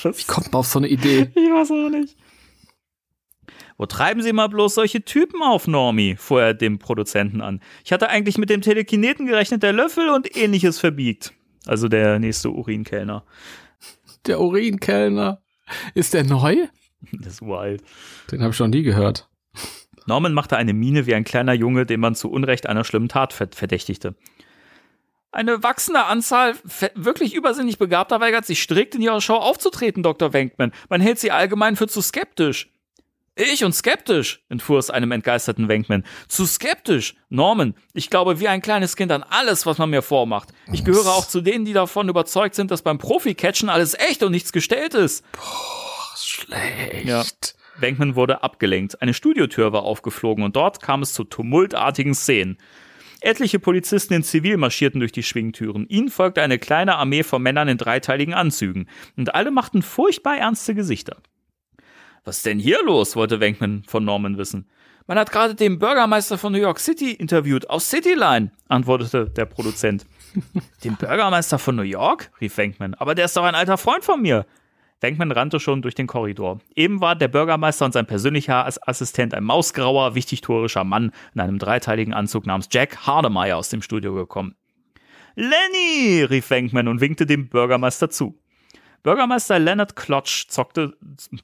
Wie kommt man auf so eine Idee? Ich weiß auch nicht. Wo treiben Sie mal bloß solche Typen auf, Normie? Fuhr er dem Produzenten an. Ich hatte eigentlich mit dem Telekineten gerechnet, der Löffel und Ähnliches verbiegt. Also der nächste Urinkellner. Der Urinkellner. Ist der neu? Das ist uralt. Den habe ich noch nie gehört. Norman machte eine Miene wie ein kleiner Junge, den man zu Unrecht einer schlimmen Tat verdächtigte. Eine wachsende Anzahl wirklich übersinnig Begabter weigert sich strikt, in ihrer Show aufzutreten, Dr. Venkman. Man hält sie allgemein für zu skeptisch. Ich und skeptisch, entfuhr es einem entgeisterten Venkman. Zu skeptisch? Norman, ich glaube wie ein kleines Kind an alles, was man mir vormacht. Ich gehöre auch zu denen, die davon überzeugt sind, dass beim Profi-Catchen alles echt und nichts gestellt ist. Boah, schlecht. Ja. Venkman wurde abgelenkt. Eine Studiotür war aufgeflogen und dort kam es zu tumultartigen Szenen. Etliche Polizisten in Zivil marschierten durch die Schwingtüren. Ihnen folgte eine kleine Armee von Männern in dreiteiligen Anzügen. Und alle machten furchtbar ernste Gesichter. Was ist denn hier los? Wollte Venkman von Norman wissen. Man hat gerade den Bürgermeister von New York City interviewt, aus Cityline, antwortete der Produzent. Den Bürgermeister von New York? Rief Venkman. Aber der ist doch ein alter Freund von mir. Venkman rannte schon durch den Korridor. Eben war der Bürgermeister und sein persönlicher Assistent, ein mausgrauer, wichtigtuerischer Mann in einem dreiteiligen Anzug namens Jack Hardemeyer, aus dem Studio gekommen. Lenny! Rief Venkman und winkte dem Bürgermeister zu. Bürgermeister Leonard Klotsch zuckte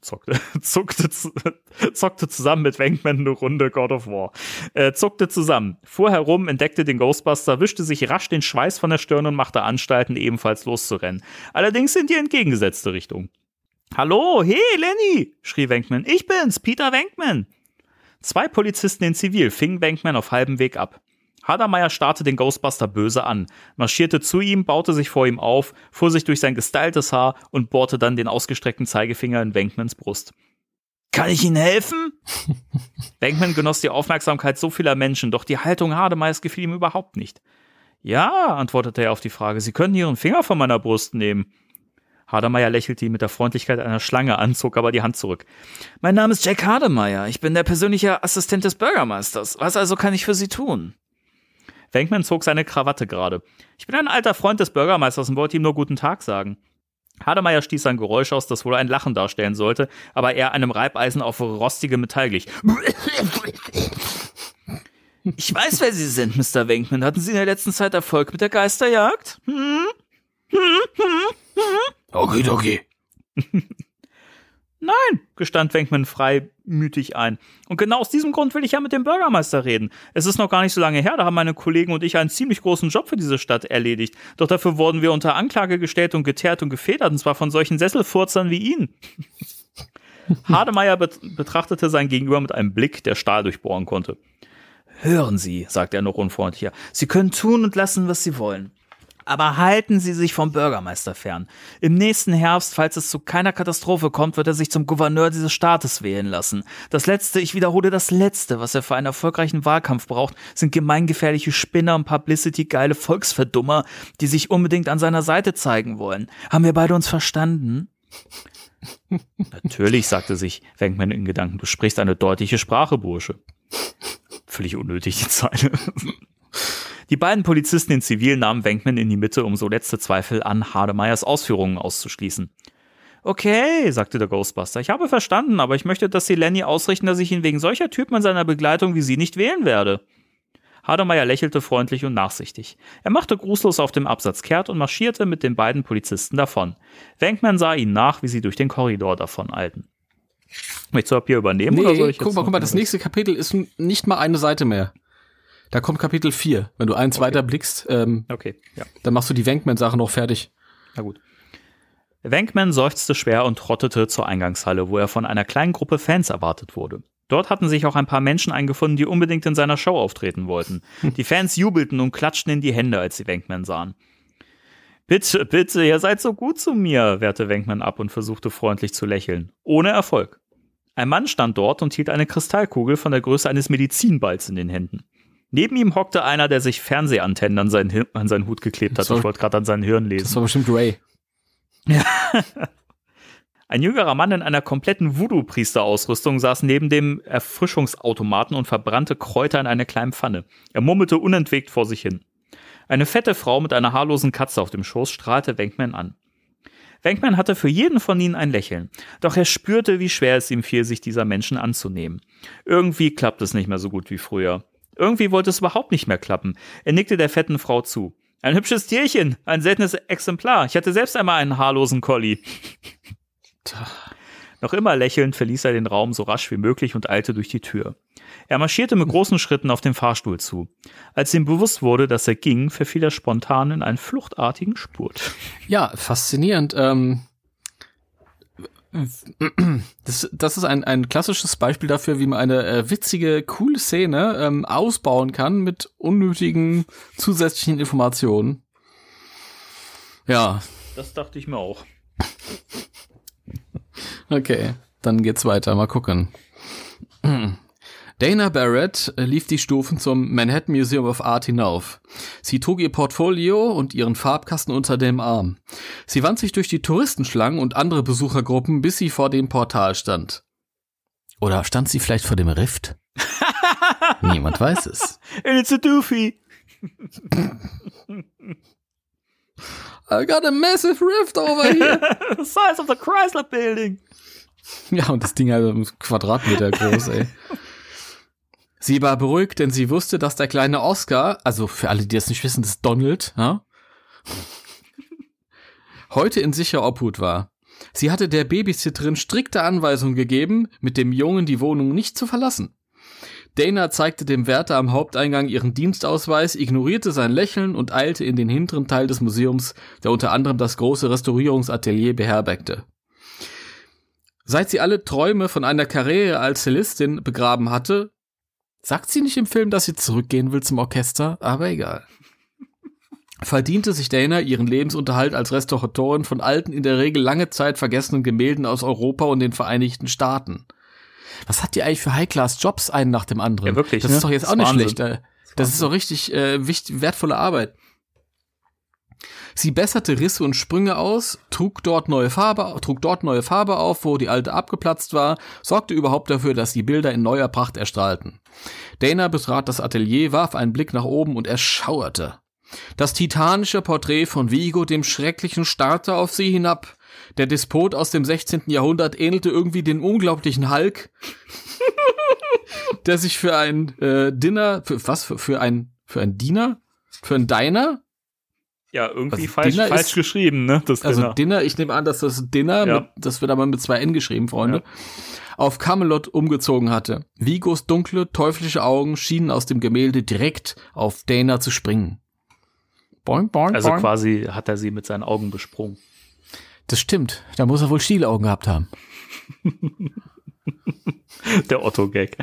zusammen mit Venkman eine Runde God of War. Zuckte zusammen, fuhr herum, entdeckte den Ghostbuster, wischte sich rasch den Schweiß von der Stirn und machte Anstalten, ebenfalls loszurennen. Allerdings in die entgegengesetzte Richtung. »Hallo, hey, Lenny«, schrie Venkman. »Ich bin's, Peter Venkman.« 2 Polizisten in Zivil fingen Venkman auf halbem Weg ab. Hardemeyer starrte den Ghostbuster böse an, marschierte zu ihm, baute sich vor ihm auf, fuhr sich durch sein gestyltes Haar und bohrte dann den ausgestreckten Zeigefinger in Venkmans Brust. »Kann ich Ihnen helfen?« Venkman genoss die Aufmerksamkeit so vieler Menschen, doch die Haltung Hardemeyers gefiel ihm überhaupt nicht. »Ja«, antwortete er auf die Frage, »Sie können Ihren Finger von meiner Brust nehmen.« Hardemeyer lächelte ihn mit der Freundlichkeit einer Schlange an, zog aber die Hand zurück. »Mein Name ist Jack Hardemeyer, ich bin der persönliche Assistent des Bürgermeisters. Was also kann ich für Sie tun?« Venkman zog seine Krawatte gerade. »Ich bin ein alter Freund des Bürgermeisters und wollte ihm nur guten Tag sagen.« Hardemeyer stieß ein Geräusch aus, das wohl ein Lachen darstellen sollte, aber eher einem Reibeisen auf rostige Metall glich. »Ich weiß, wer Sie sind, Mr. Venkman. Hatten Sie in der letzten Zeit Erfolg mit der Geisterjagd?« Okay. »Nein«, gestand Venkman freimütig ein. »Und genau aus diesem Grund will ich ja mit dem Bürgermeister reden. Es ist noch gar nicht so lange her, da haben meine Kollegen und ich einen ziemlich großen Job für diese Stadt erledigt. Doch dafür wurden wir unter Anklage gestellt und geteert und gefedert, und zwar von solchen Sesselfurzern wie Ihnen.« Hardemeyer betrachtete sein Gegenüber mit einem Blick, der Stahl durchbohren konnte. »Hören Sie«, sagte er noch unfreundlicher, »Sie können tun und lassen, was Sie wollen. Aber halten Sie sich vom Bürgermeister fern. Im nächsten Herbst, falls es zu keiner Katastrophe kommt, wird er sich zum Gouverneur dieses Staates wählen lassen. Das Letzte, was er für einen erfolgreichen Wahlkampf braucht, sind gemeingefährliche Spinner und Publicity-geile Volksverdummer, die sich unbedingt an seiner Seite zeigen wollen. Haben wir beide uns verstanden?« »Natürlich«, sagte sich Venkman in Gedanken, »du sprichst eine deutliche Sprache, Bursche.« Völlig unnötig, die Zeile. Die beiden Polizisten in Zivil nahmen Venkman in die Mitte, um so letzte Zweifel an Hardemeyers Ausführungen auszuschließen. »Okay«, sagte der Ghostbuster, »ich habe verstanden, aber ich möchte, dass Sie Lenny ausrichten, dass ich ihn wegen solcher Typen in seiner Begleitung wie Sie nicht wählen werde.« Hardemeyer lächelte freundlich und nachsichtig. Er machte grußlos auf dem Absatz kehrt und marschierte mit den beiden Polizisten davon. Venkman sah ihnen nach, wie sie durch den Korridor davon eilten. Möchtest du ab hier übernehmen? Nee, oder soll ich guck mal, das nächste Kapitel ist nicht mal eine Seite mehr. Da kommt Kapitel 4. Wenn du eins weiter blickst, okay, ja. Dann machst du die Venkman-Sache noch fertig. Na gut. Venkman seufzte schwer und trottete zur Eingangshalle, wo er von einer kleinen Gruppe Fans erwartet wurde. Dort hatten sich auch ein paar Menschen eingefunden, die unbedingt in seiner Show auftreten wollten. Die Fans jubelten und klatschten in die Hände, als sie Venkman sahen. »Bitte, bitte, ihr seid so gut zu mir«, wehrte Venkman ab und versuchte freundlich zu lächeln. Ohne Erfolg. Ein Mann stand dort und hielt eine Kristallkugel von der Größe eines Medizinballs in den Händen. Neben ihm hockte einer, der sich Fernsehantennen an seinen Hut geklebt hat. Ich wollte gerade an seinen Hirn lesen. Das war bestimmt Ray. Ja. Ein jüngerer Mann in einer kompletten Voodoo-Priester-Ausrüstung saß neben dem Erfrischungsautomaten und verbrannte Kräuter in einer kleinen Pfanne. Er murmelte unentwegt vor sich hin. Eine fette Frau mit einer haarlosen Katze auf dem Schoß strahlte Venkman an. Venkman hatte für jeden von ihnen ein Lächeln. Doch er spürte, wie schwer es ihm fiel, sich dieser Menschen anzunehmen. Irgendwie klappt es nicht mehr so gut wie früher. Irgendwie wollte es überhaupt nicht mehr klappen. Er nickte der fetten Frau zu. Ein hübsches Tierchen, ein seltenes Exemplar. Ich hatte selbst einmal einen haarlosen Collie. Noch immer lächelnd verließ er den Raum so rasch wie möglich und eilte durch die Tür. Er marschierte mit großen Schritten auf den Fahrstuhl zu. Als ihm bewusst wurde, dass er ging, verfiel er spontan in einen fluchtartigen Spurt. Ja, faszinierend. Das ist ein klassisches Beispiel dafür, wie man eine witzige, coole Szene ausbauen kann mit unnötigen zusätzlichen Informationen. Ja. Das dachte ich mir auch. Okay, dann geht's weiter. Mal gucken. Dana Barrett lief die Stufen zum Manhattan Museum of Art hinauf. Sie trug ihr Portfolio und ihren Farbkasten unter dem Arm. Sie wand sich durch die Touristenschlangen und andere Besuchergruppen, bis sie vor dem Portal stand. Oder stand sie vielleicht vor dem Rift? Niemand weiß es. And it's a doofy. I got a massive rift over here. The size of the Chrysler Building. Ja, und das Ding halt Quadratmeter groß, ey. Sie war beruhigt, denn sie wusste, dass der kleine Oscar, also für alle, die das nicht wissen, das ist Donald, ja, heute in sicherer Obhut war. Sie hatte der Babysitterin strikte Anweisungen gegeben, mit dem Jungen die Wohnung nicht zu verlassen. Dana zeigte dem Wärter am Haupteingang ihren Dienstausweis, ignorierte sein Lächeln und eilte in den hinteren Teil des Museums, der unter anderem das große Restaurierungsatelier beherbergte. Seit sie alle Träume von einer Karriere als Cellistin begraben hatte, sagt sie nicht im Film, dass sie zurückgehen will zum Orchester, aber egal. Verdiente sich Dana ihren Lebensunterhalt als Restauratorin von alten, in der Regel lange Zeit vergessenen Gemälden aus Europa und den Vereinigten Staaten. Was hat die eigentlich für High-Class-Jobs, einen nach dem anderen? Ja, wirklich. Das ist doch jetzt auch nicht schlecht. Das ist doch richtig wertvolle Arbeit. Sie besserte Risse und Sprünge aus, trug dort neue Farbe auf, wo die alte abgeplatzt war, sorgte überhaupt dafür, dass die Bilder in neuer Pracht erstrahlten. Dana betrat das Atelier, warf einen Blick nach oben und erschauerte. Das titanische Porträt von Vigo, dem Schrecklichen, starrte auf sie hinab. Der Despot aus dem 16. Jahrhundert ähnelte irgendwie den unglaublichen Hulk, der sich für ein Diner, für ein Diner? Ja, irgendwie also falsch geschrieben, ne? Das also Dinner, ich nehme an, dass das Dinner, ja. Das wird aber mit 2 N geschrieben, Freunde, ja. Auf Camelot umgezogen hatte. Vigos dunkle, teuflische Augen schienen aus dem Gemälde direkt auf Dana zu springen. Boing, boing, also boing. Quasi hat er sie mit seinen Augen besprungen. Das stimmt, da muss er wohl Stielaugen gehabt haben. Der Otto-Gag.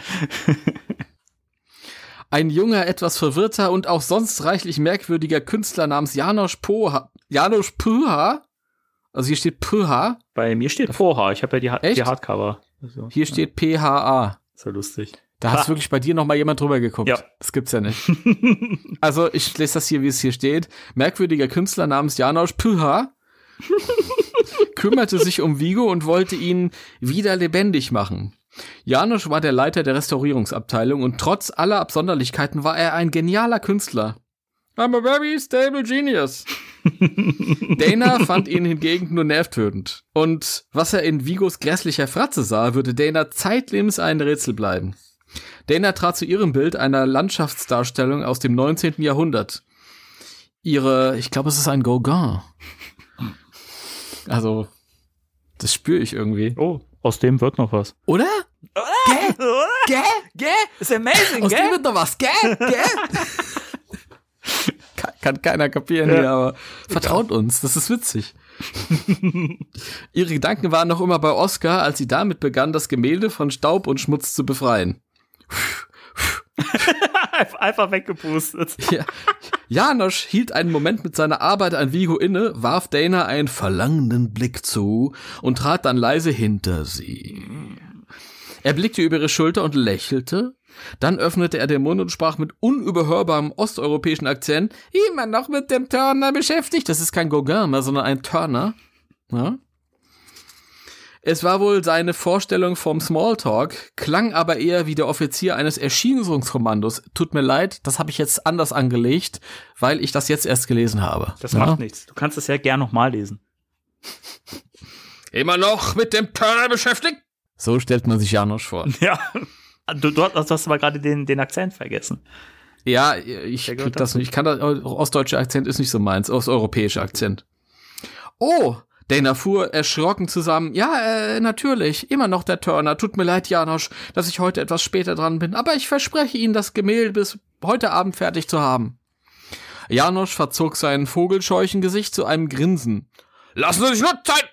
Ein junger, etwas verwirrter und auch sonst reichlich merkwürdiger Künstler namens János Pöha. Also hier steht Pöha. Bei mir steht Poha. Ich habe ja die Hardcover. Also, hier steht PHA. Ist ja lustig. Da hat wirklich bei dir noch mal jemand drüber geguckt. Ja. Das gibt's ja nicht. Also ich lese das hier, wie es hier steht. Merkwürdiger Künstler namens János Pöha kümmerte sich um Vigo und wollte ihn wieder lebendig machen. János war der Leiter der Restaurierungsabteilung und trotz aller Absonderlichkeiten war er ein genialer Künstler. I'm a very stable genius. Dana fand ihn hingegen nur nervtötend. Und was er in Vigos grässlicher Fratze sah, würde Dana zeitlebens ein Rätsel bleiben. Dana trat zu ihrem Bild, einer Landschaftsdarstellung aus dem 19. Jahrhundert. Ich glaube, es ist ein Gauguin. Also, das spüre ich irgendwie. Oh, aus dem wird noch was. Oder? Gell? Ist amazing, Aus dem wird noch was, gell? Kann keiner kapieren hier, aber vertraut uns, das ist witzig. Ihre Gedanken waren noch immer bei Oscar, als sie damit begann, das Gemälde von Staub und Schmutz zu befreien. Einfach weggepustet. Ja. János hielt einen Moment mit seiner Arbeit an Vigo inne, warf Dana einen verlangenden Blick zu und trat dann leise hinter sie. Er blickte über ihre Schulter und lächelte. Dann öffnete er den Mund und sprach mit unüberhörbarem osteuropäischen Akzent, immer noch mit dem Turner beschäftigt. Das ist kein Gauguin mehr, sondern ein Turner. Ja? Es war wohl seine Vorstellung vom Smalltalk, klang aber eher wie der Offizier eines Erschießungskommandos. Tut mir leid, das habe ich jetzt anders angelegt, weil ich das jetzt erst gelesen habe. Das macht nichts. Du kannst es ja gern nochmal lesen. Immer noch mit dem Turner beschäftigt? So stellt man sich Janosch vor. Ja. Du hast aber gerade den Akzent vergessen. Ja, ich krieg das nicht. Ich kann das, ostdeutscher Akzent ist nicht so meins, osteuropäischer Akzent. Oh, Dana fuhr erschrocken zusammen. Ja, natürlich, immer noch der Turner. Tut mir leid, Janosch, dass ich heute etwas später dran bin, aber ich verspreche Ihnen, das Gemälde bis heute Abend fertig zu haben. Janosch verzog sein vogelscheuchen Gesicht zu einem Grinsen. Lassen Sie sich nur Zeit!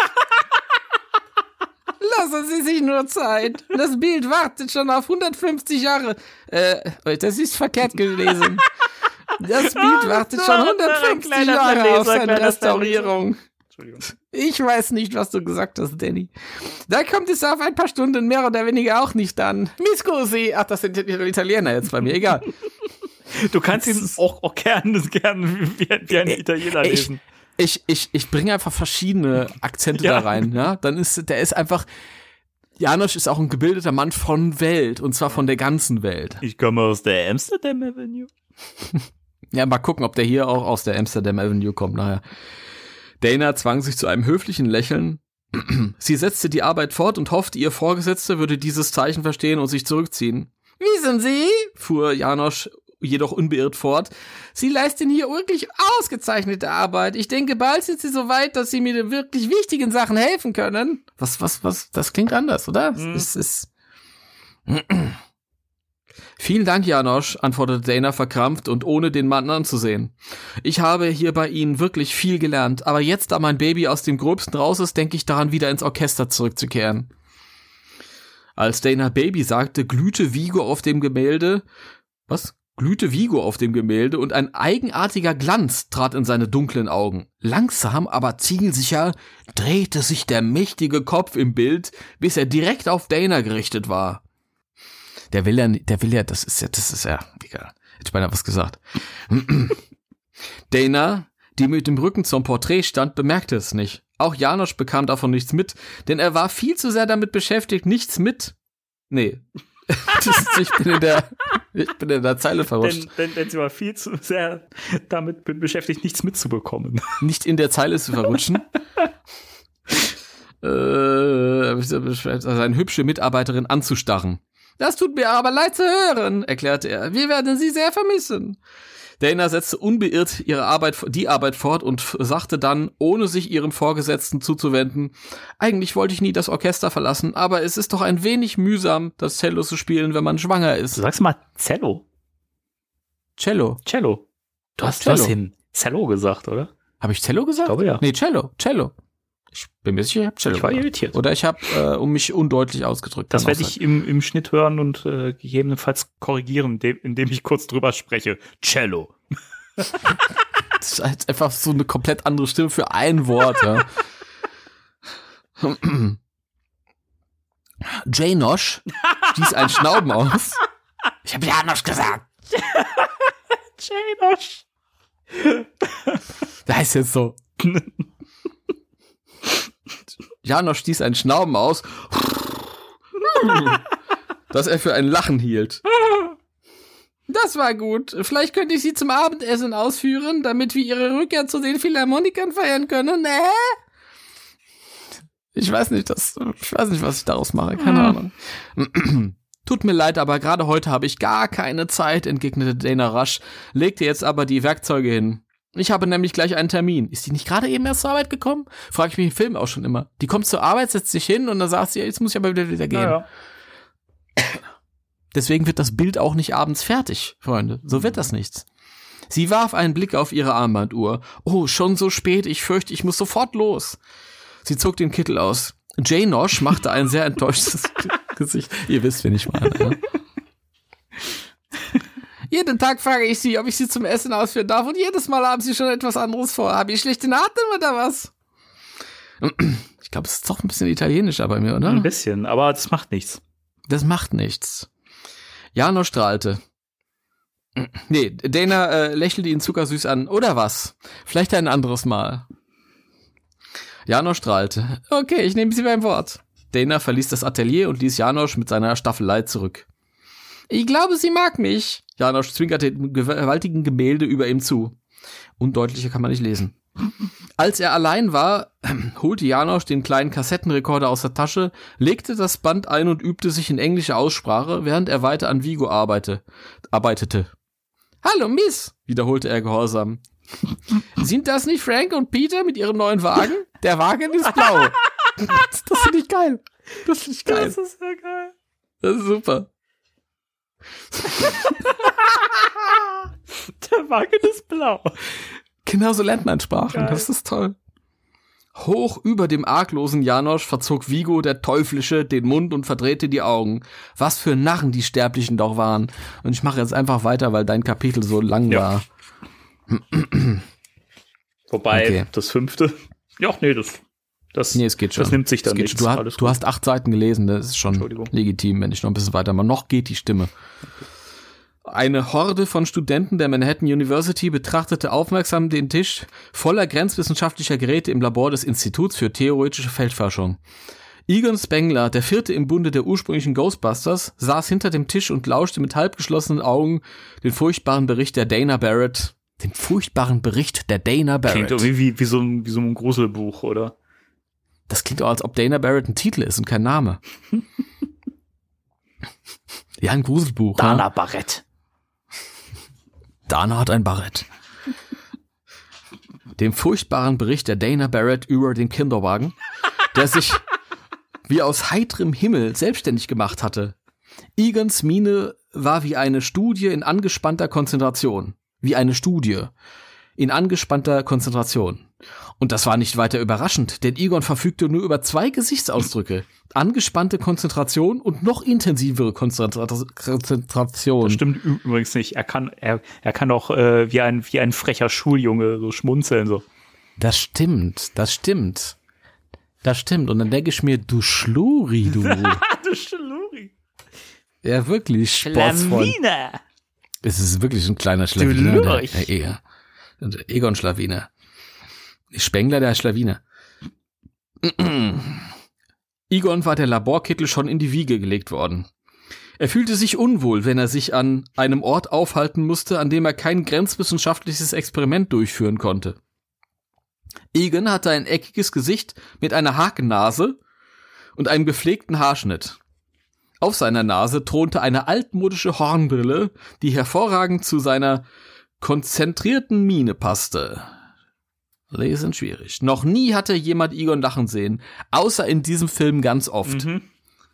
Lassen Sie sich nur Zeit. Das Bild wartet schon auf 150 Jahre. Das ist verkehrt gelesen. Das Bild wartet schon 150 Jahre auf seine Restaurierung. Entschuldigung. Ich weiß nicht, was du gesagt hast, Danny. Da kommt es auf ein paar Stunden mehr oder weniger auch nicht an. Mi scusi. Ach, das sind Italiener jetzt bei mir, egal. Du kannst ihn auch gern wie ein Italiener lesen. Ich bringe einfach verschiedene Akzente da rein, ja. Der ist einfach, Janosch ist auch ein gebildeter Mann von Welt, und zwar von der ganzen Welt. Ich komme aus der Amsterdam Avenue. Ja, mal gucken, ob der hier auch aus der Amsterdam Avenue kommt nachher. Dana zwang sich zu einem höflichen Lächeln. Sie setzte die Arbeit fort und hoffte, ihr Vorgesetzter würde dieses Zeichen verstehen und sich zurückziehen. Wissen Sie, fuhr Janosch jedoch unbeirrt fort, Sie leisten hier wirklich ausgezeichnete Arbeit. Ich denke, bald sind Sie so weit, dass Sie mir in wirklich wichtigen Sachen helfen können. Was, das klingt anders, oder? Es ist Vielen Dank, Janosch, antwortete Dana verkrampft und ohne den Mann anzusehen. Ich habe hier bei Ihnen wirklich viel gelernt, aber jetzt, da mein Baby aus dem Gröbsten raus ist, denke ich daran, wieder ins Orchester zurückzukehren. Als Dana Baby sagte, glühte Vigo auf dem Gemälde und ein eigenartiger Glanz trat in seine dunklen Augen. Langsam, aber zielsicher drehte sich der mächtige Kopf im Bild, bis er direkt auf Dana gerichtet war. Der will ja, das ist ja, egal. Hätte ich beinahe was gesagt. Dana, die mit dem Rücken zum Porträt stand, bemerkte es nicht. Auch Janosch bekam davon nichts mit, denn er war viel zu sehr damit beschäftigt, ich bin in der Zeile verrutscht. Denn sie war viel zu sehr damit beschäftigt, nichts mitzubekommen. Nicht in der Zeile zu verrutschen. Seine hübsche Mitarbeiterin anzustarren. Das tut mir aber leid zu hören, erklärte er. Wir werden Sie sehr vermissen. Dana setzte unbeirrt die Arbeit fort und sagte dann, ohne sich ihrem Vorgesetzten zuzuwenden, eigentlich wollte ich nie das Orchester verlassen, aber es ist doch ein wenig mühsam, das Cello zu spielen, wenn man schwanger ist. Du sagst mal Cello. Cello. Du hast ihm Cello gesagt, oder? Habe ich Cello gesagt? Ich glaube, ja. Nee, Cello. Ich bin mir sicher, ich habe Cello gesagt. Ich war gesagt. irritiert. Oder ich habe mich undeutlich ausgedrückt. Das werde ich im Schnitt hören und gegebenenfalls korrigieren, indem ich kurz drüber spreche. Cello. Das ist halt einfach so eine komplett andere Stimme für ein Wort. Ja. Janosch stieß ein Schnauben aus. Ich habe Janosch gesagt. Janosch. Da heißt jetzt so. Janosch stieß ein Schnauben aus, das er für ein Lachen hielt. Das war gut. Vielleicht könnte ich Sie zum Abendessen ausführen, damit wir Ihre Rückkehr zu den Philharmonikern feiern können. Ich weiß nicht, was ich daraus mache. Keine Ahnung. Tut mir leid, aber gerade heute habe ich gar keine Zeit, entgegnete Dana rasch, legte jetzt aber die Werkzeuge hin. Ich habe nämlich gleich einen Termin. Ist die nicht gerade eben erst zur Arbeit gekommen? Frage ich mich im Film auch schon immer. Die kommt zur Arbeit, setzt sich hin und dann sagt sie, jetzt muss ich aber wieder gehen. Ja. Deswegen wird das Bild auch nicht abends fertig, Freunde. So wird das nichts. Sie warf einen Blick auf ihre Armbanduhr. Oh, schon so spät. Ich fürchte, ich muss sofort los. Sie zog den Kittel aus. Janosch machte ein sehr enttäuschtes Gesicht. Ihr wisst, wen ich meine. Ja? Jeden Tag frage ich Sie, ob ich Sie zum Essen ausführen darf, und jedes Mal haben Sie schon etwas anderes vor. Habe ich schlechten Atem oder was? Ich glaube, es ist doch ein bisschen italienischer bei mir, oder? Ein bisschen, aber das macht nichts. Das macht nichts. Janosch strahlte. Nee, Dana lächelte ihn zuckersüß an. Oder was? Vielleicht ein anderes Mal. Janosch strahlte. Okay, ich nehme Sie beim Wort. Dana verließ das Atelier und ließ Janosch mit seiner Staffelei zurück. Ich glaube, sie mag mich. Janosch zwinkerte dem gewaltigen Gemälde über ihm zu. Undeutlicher kann man nicht lesen. Als er allein war, holte Janosch den kleinen Kassettenrekorder aus der Tasche, legte das Band ein und übte sich in englischer Aussprache, während er weiter an Vigo arbeitete. »Hallo, Miss«, wiederholte er gehorsam. »Sind das nicht Frank und Peter mit ihrem neuen Wagen? Der Wagen ist blau.« Das finde ich geil. Das ist ja geil. Das ist super. Der Wagen ist blau. Genauso lernt man Sprachen. Geil. Das ist toll. Hoch über dem arglosen Janosch verzog Vigo der Teuflische den Mund und verdrehte die Augen. Was für Narren die Sterblichen doch waren. Und ich mache jetzt einfach weiter, weil dein Kapitel so lang war. Wobei, das 5. Ja, nee, es geht schon. Das nimmt sich dann nicht. Du hast 8 Seiten gelesen, das ist schon legitim, wenn ich noch ein bisschen weitermache. Noch geht die Stimme. Eine Horde von Studenten der Manhattan University betrachtete aufmerksam den Tisch voller grenzwissenschaftlicher Geräte im Labor des Instituts für theoretische Feldforschung. Egon Spengler, der 4. im Bunde der ursprünglichen Ghostbusters, saß hinter dem Tisch und lauschte mit halbgeschlossenen Augen den furchtbaren Bericht der Dana Barrett. Klingt irgendwie wie so ein Gruselbuch, oder? Das klingt auch, als ob Dana Barrett ein Titel ist und kein Name. Ja, ein Gruselbuch. Dana Barrett. Dana hat ein Barett. Dem furchtbaren Bericht der Dana Barrett über den Kinderwagen, der sich wie aus heiterem Himmel selbstständig gemacht hatte. Egons Miene war wie eine Studie in angespannter Konzentration. Und das war nicht weiter überraschend, denn Egon verfügte nur über 2 Gesichtsausdrücke. Angespannte Konzentration und noch intensivere Konzentration. Das stimmt übrigens nicht. Er kann auch wie ein frecher Schuljunge so schmunzeln. So. Das stimmt. Und dann denke ich mir, du Schluri, du. Du Schluri. Ja, wirklich. Schlawiner. Es ist wirklich ein kleiner Schlawiner. Der Egon Schlawiner. Spengler, der Schlawiner. Egon war der Laborkittel schon in die Wiege gelegt worden. Er fühlte sich unwohl, wenn er sich an einem Ort aufhalten musste, an dem er kein grenzwissenschaftliches Experiment durchführen konnte. Egon hatte ein eckiges Gesicht mit einer Hakennase und einem gepflegten Haarschnitt. Auf seiner Nase thronte eine altmodische Hornbrille, die hervorragend zu seiner konzentrierten Miene passte. Lesen schwierig. Noch nie hatte jemand Egon lachen sehen, außer in diesem Film ganz oft. Mhm.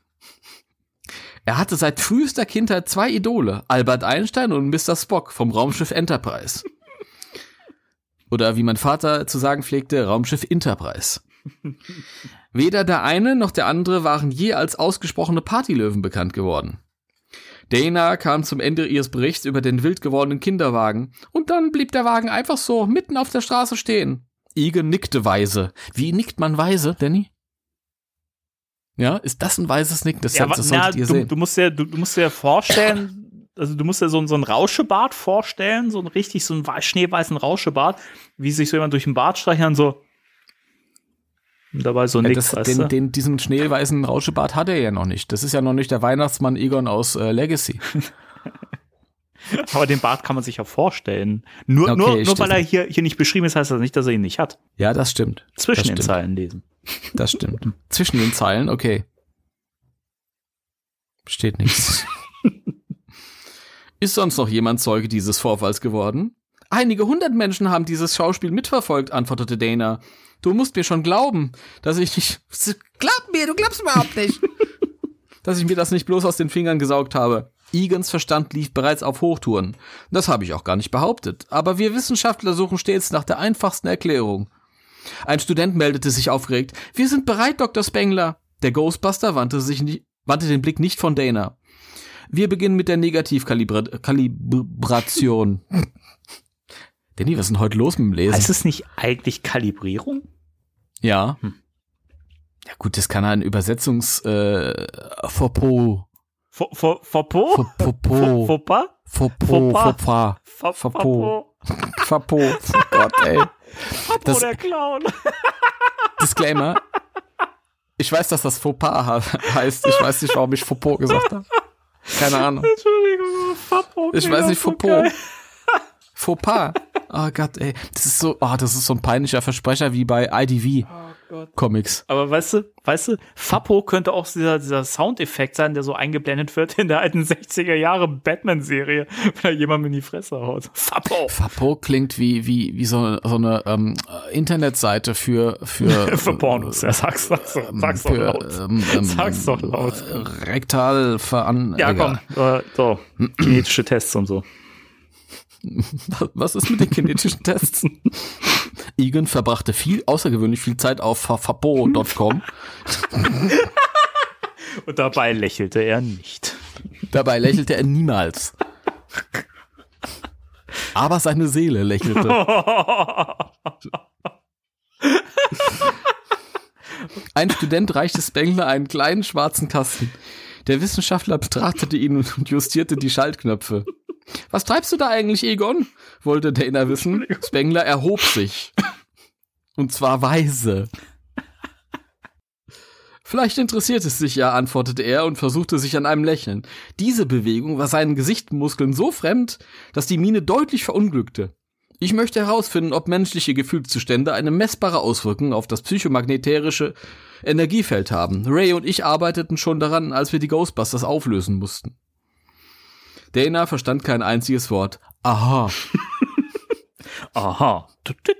Er hatte seit frühester Kindheit 2 Idole, Albert Einstein und Mr. Spock vom Raumschiff Enterprise. Oder wie mein Vater zu sagen pflegte, Raumschiff Enterprise. Weder der eine noch der andere waren je als ausgesprochene Partylöwen bekannt geworden. Dana kam zum Ende ihres Berichts über den wild gewordenen Kinderwagen und dann blieb der Wagen einfach so mitten auf der Straße stehen. Egon nickte weise. Wie nickt man weise, Danny? Ja, ist das ein weises Nicken? Das solltet ihr sehen. Du musst dir vorstellen, also du musst dir so einen Rauschebart vorstellen, so einen schneeweißen Rauschebart, wie sich so jemand durch den Bart streichelt und so. Und dabei so nix, diesen schneeweißen Rauschebart hat er ja noch nicht. Das ist ja noch nicht der Weihnachtsmann Egon aus Legacy. Aber den Bart kann man sich ja vorstellen. Nur weil er hier nicht beschrieben ist, heißt das nicht, dass er ihn nicht hat. Ja, das stimmt. Zwischen den Zeilen lesen. Das stimmt. Zwischen den Zeilen, okay. Steht nichts. Ist sonst noch jemand Zeuge dieses Vorfalls geworden? Einige 100 Menschen haben dieses Schauspiel mitverfolgt, antwortete Dana. Du musst mir schon glauben, dass ich nicht... Glaub mir, du glaubst überhaupt nicht. Dass ich mir das nicht bloß aus den Fingern gesaugt habe. Egons Verstand lief bereits auf Hochtouren. Das habe ich auch gar nicht behauptet. Aber wir Wissenschaftler suchen stets nach der einfachsten Erklärung. Ein Student meldete sich aufgeregt. Wir sind bereit, Dr. Spengler. Der Ghostbuster wandte den Blick nicht von Dana. Wir beginnen mit der Negativkalibration. Danny, was ist denn heute los mit dem Lesen? Heißt es nicht eigentlich Kalibrierung? Ja. Ja gut, das kann ein Übersetzungs Fauxpas. Fauxpas? Oh Gott, ey. Fauxpas, der Clown. Disclaimer. Ich weiß, dass das Fauxpas heißt. Ich weiß nicht, warum ich Fauxpas gesagt habe. Keine Ahnung. Entschuldigung, Fauxpas. Ich weiß nicht, Fauxpas. Fauxpas. Oh Gott, ey. Das ist so ein peinlicher Versprecher wie bei IDV Comics. Aber weißt du, Fappo könnte auch dieser Soundeffekt sein, der so eingeblendet wird in der alten 60er Jahre Batman-Serie, wenn da jemand in die Fresse haut. Fappo! Fappo klingt wie so eine Internetseite für Pornos. Ja, sag's doch laut. Sag's doch laut. Rektal Ja, komm. So, genetische Tests und so. Was ist mit den genetischen Tests? Egon verbrachte außergewöhnlich viel Zeit auf fappo.com. Und dabei lächelte er nicht. Dabei lächelte er niemals. Aber seine Seele lächelte. Ein Student reichte Spengler einen kleinen schwarzen Kasten. Der Wissenschaftler betrachtete ihn und justierte die Schaltknöpfe. Was treibst du da eigentlich, Egon? Wollte Dana wissen. Spengler erhob sich. Und zwar weise. Vielleicht interessiert es dich ja, antwortete er und versuchte sich an einem Lächeln. Diese Bewegung war seinen Gesichtsmuskeln so fremd, dass die Miene deutlich verunglückte. Ich möchte herausfinden, ob menschliche Gefühlszustände eine messbare Auswirkung auf das psychomagnetische Energiefeld haben. Ray und ich arbeiteten schon daran, als wir die Ghostbusters auflösen mussten. Dana verstand kein einziges Wort. Aha. Aha.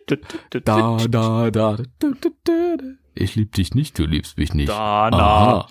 Da. Ich lieb dich nicht, du liebst mich nicht. Dana.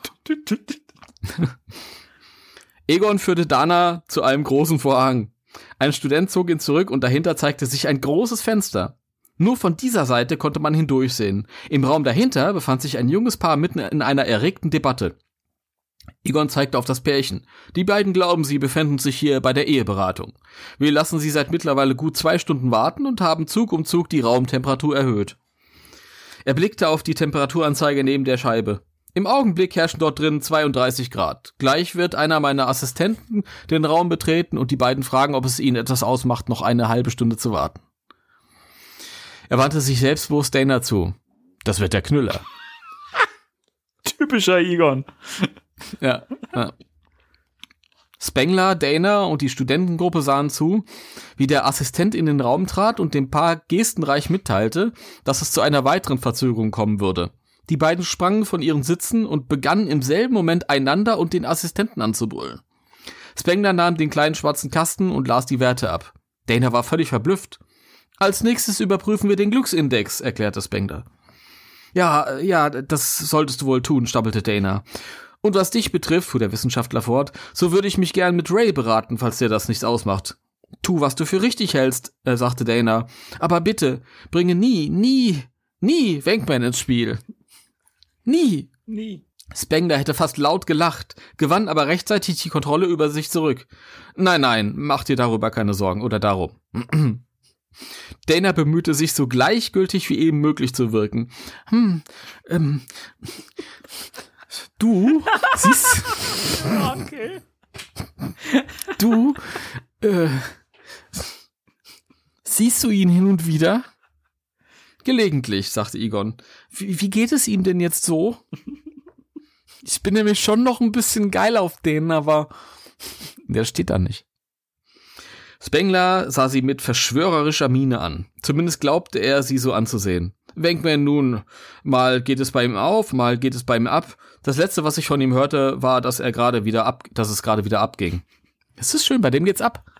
Egon führte Dana zu einem großen Vorhang. Ein Student zog ihn zurück und dahinter zeigte sich ein großes Fenster. Nur von dieser Seite konnte man hindurchsehen. Im Raum dahinter befand sich ein junges Paar mitten in einer erregten Debatte. Egon zeigte auf das Pärchen. Die beiden glauben, sie befänden sich hier bei der Eheberatung. Wir lassen sie seit mittlerweile gut 2 Stunden warten und haben Zug um Zug die Raumtemperatur erhöht. Er blickte auf die Temperaturanzeige neben der Scheibe. Im Augenblick herrschen dort drin 32 Grad. Gleich wird einer meiner Assistenten den Raum betreten und die beiden fragen, ob es ihnen etwas ausmacht, noch eine halbe Stunde zu warten. Er wandte sich selbstbewusst Dana zu. Das wird der Knüller. Typischer Egon. Ja. Spengler, Dana und die Studentengruppe sahen zu, wie der Assistent in den Raum trat und dem Paar gestenreich mitteilte, dass es zu einer weiteren Verzögerung kommen würde. Die beiden sprangen von ihren Sitzen und begannen im selben Moment einander und den Assistenten anzubrüllen. Spengler nahm den kleinen schwarzen Kasten und las die Werte ab. Dana war völlig verblüfft. Als nächstes überprüfen wir den Glücksindex, erklärte Spengler. Ja, das solltest du wohl tun, stammelte Dana. Und was dich betrifft, fuhr der Wissenschaftler fort, so würde ich mich gern mit Ray beraten, falls dir das nichts ausmacht. Tu, was du für richtig hältst, sagte Dana. Aber bitte, bringe nie Venkman ins Spiel. Nie. Spengler hätte fast laut gelacht, gewann aber rechtzeitig die Kontrolle über sich zurück. Nein, mach dir darüber keine Sorgen, oder darum. Dana bemühte sich, so gleichgültig wie eben möglich zu wirken. Du siehst... Okay. Du, siehst du ihn hin und wieder? Gelegentlich, sagte Egon. Wie geht es ihm denn jetzt so? Ich bin nämlich schon noch ein bisschen geil auf den, aber der steht da nicht. Spengler sah sie mit verschwörerischer Miene an. Zumindest glaubte er, sie so anzusehen. Venkman nun, mal geht es bei ihm auf, mal geht es bei ihm ab. Das letzte, was ich von ihm hörte, war, dass es gerade wieder abging. Es ist schön, bei dem geht's ab.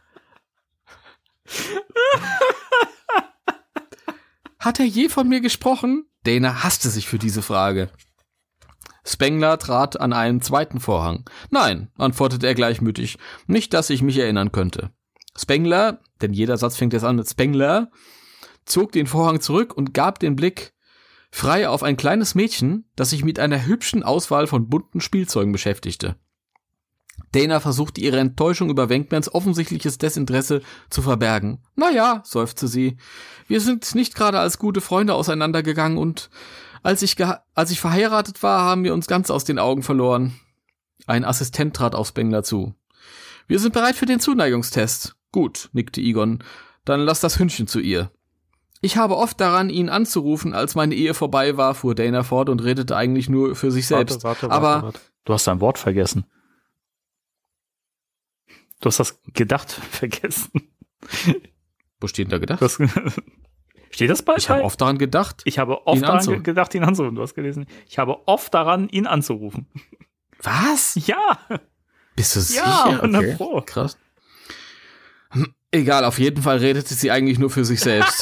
Hat er je von mir gesprochen? Dana hasste sich für diese Frage. Spengler trat an einen zweiten Vorhang. Nein, antwortete er gleichmütig. Nicht, dass ich mich erinnern könnte. Spengler, denn jeder Satz fängt jetzt an mit Spengler, zog den Vorhang zurück und gab den Blick frei auf ein kleines Mädchen, das sich mit einer hübschen Auswahl von bunten Spielzeugen beschäftigte. Dana versuchte ihre Enttäuschung über Venkmans offensichtliches Desinteresse zu verbergen. Naja, seufzte sie, wir sind nicht gerade als gute Freunde auseinandergegangen und als ich verheiratet war, haben wir uns ganz aus den Augen verloren. Ein Assistent trat auf Spengler zu. Wir sind bereit für den Zuneigungstest. Gut, nickte Egon. Dann lass das Hündchen zu ihr. Ich habe oft daran, ihn anzurufen, als meine Ehe vorbei war, fuhr Dana fort und redete eigentlich nur für sich selbst. Warte. Du hast dein Wort vergessen. Du hast das gedacht vergessen. Wo steht denn da gedacht? Steht das bei? Ich habe oft daran gedacht. Ich habe oft daran gedacht, ihn anzurufen. Du hast gelesen. Ich habe oft daran, ihn anzurufen. Was? Ja. Bist du sicher? Ja, okay. Pro. Krass. Egal, auf jeden Fall redete sie eigentlich nur für sich selbst.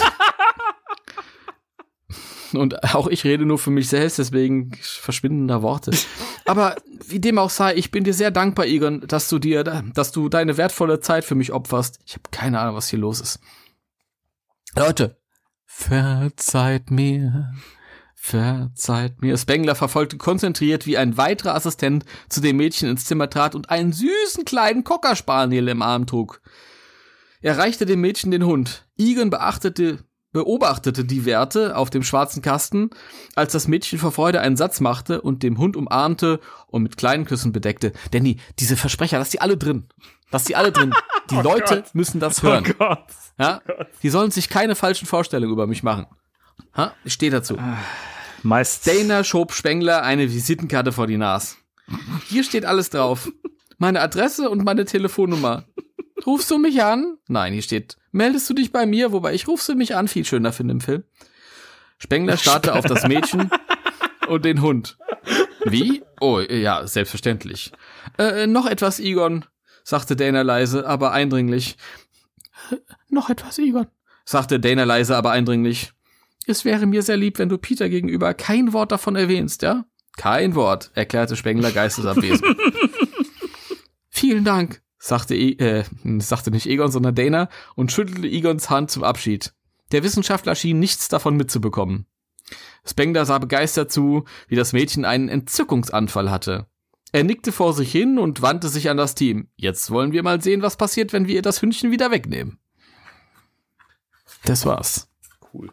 Und auch ich rede nur für mich selbst, deswegen verschwindender Worte. Aber wie dem auch sei, ich bin dir sehr dankbar, Egon, dass du deine wertvolle Zeit für mich opferst. Ich habe keine Ahnung, was hier los ist. Leute, verzeiht mir. Spengler verfolgte konzentriert, wie ein weiterer Assistent zu dem Mädchen ins Zimmer trat und einen süßen kleinen Cocker Spaniel im Arm trug. Er reichte dem Mädchen den Hund. Egon beobachtete die Werte auf dem schwarzen Kasten, als das Mädchen vor Freude einen Satz machte und dem Hund umarmte und mit kleinen Küssen bedeckte. Danny, diese Versprecher, lass die alle drin. Die Leute müssen das hören. Oh Gott. Ja? Die sollen sich keine falschen Vorstellungen über mich machen. Ich stehe dazu. Dana schob Spengler eine Visitenkarte vor die Nase. Hier steht alles drauf. Meine Adresse und meine Telefonnummer. Rufst du mich an? Nein, hier steht, meldest du dich bei mir, wobei ich rufst du mich an viel schöner finde im Film. Spengler starrte auf das Mädchen und den Hund. Wie? Oh, ja, selbstverständlich. Noch etwas, Egon, sagte Dana leise, aber eindringlich. Noch etwas, Egon, sagte Dana leise, aber eindringlich. Es wäre mir sehr lieb, wenn du Peter gegenüber kein Wort davon erwähnst, ja? Kein Wort, erklärte Spengler geistesabwesend. Vielen Dank, sagte nicht Egon, sondern Dana und schüttelte Egons Hand zum Abschied. Der Wissenschaftler schien nichts davon mitzubekommen. Spengler sah begeistert zu, wie das Mädchen einen Entzückungsanfall hatte. Er nickte vor sich hin und wandte sich an das Team. Jetzt wollen wir mal sehen, was passiert, wenn wir ihr das Hündchen wieder wegnehmen. Das war's. Cool.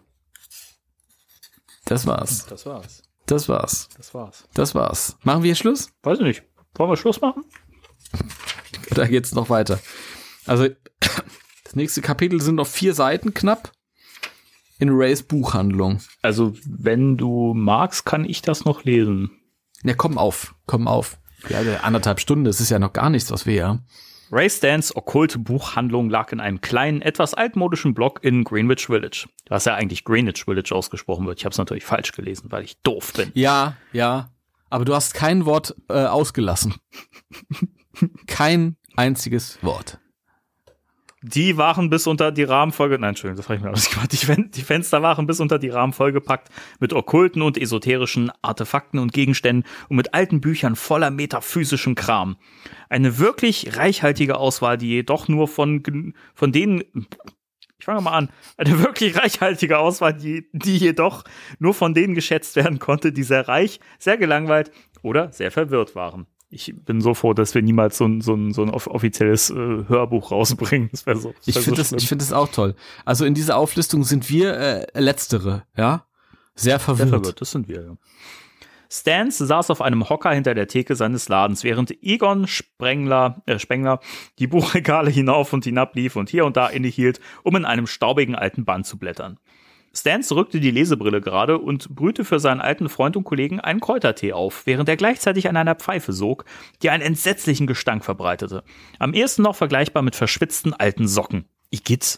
Das war's. Das war's. Machen wir Schluss? Weiß ich nicht. Wollen wir Schluss machen? Da geht's noch weiter. Also, das nächste Kapitel sind noch 4 Seiten knapp in Rays Buchhandlung. Also, wenn du magst, kann ich das noch lesen. Ja, komm auf. Ja, 1,5 Stunden, das ist ja noch gar nichts, was wir ja. Ray Stans okkulte Buchhandlung lag in einem kleinen, etwas altmodischen Block in Greenwich Village. Was ja eigentlich Greenwich Village ausgesprochen wird. Ich habe es natürlich falsch gelesen, weil ich doof bin. Ja. Aber du hast kein Wort ausgelassen. Kein einziges Wort. Die waren bis unter die Rahmen vollgepackt. Nein, Entschuldigung, das habe ich mir alles gemacht. Die Fenster waren bis unter die Rahmen vollgepackt mit okkulten und esoterischen Artefakten und Gegenständen und mit alten Büchern voller metaphysischem Kram. Eine wirklich reichhaltige Auswahl, die jedoch nur von denen. Ich fange mal an. Eine wirklich reichhaltige Auswahl, die jedoch nur von denen geschätzt werden konnte, die sehr reich, sehr gelangweilt oder sehr verwirrt waren. Ich bin so froh, dass wir niemals so ein offizielles Hörbuch rausbringen. Das wäre so. Ich finde das auch toll. Also in dieser Auflistung sind wir Letztere, ja? Sehr verwirrt. Das sind wir, ja. Stans saß auf einem Hocker hinter der Theke seines Ladens, während Egon Spengler die Buchregale hinauf und hinab lief und hier und da innehielt, um in einem staubigen alten Band zu blättern. Stans rückte die Lesebrille gerade und brühte für seinen alten Freund und Kollegen einen Kräutertee auf, während er gleichzeitig an einer Pfeife sog, die einen entsetzlichen Gestank verbreitete. Am ehesten noch vergleichbar mit verschwitzten alten Socken. Igitt.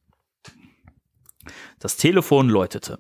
Das Telefon läutete.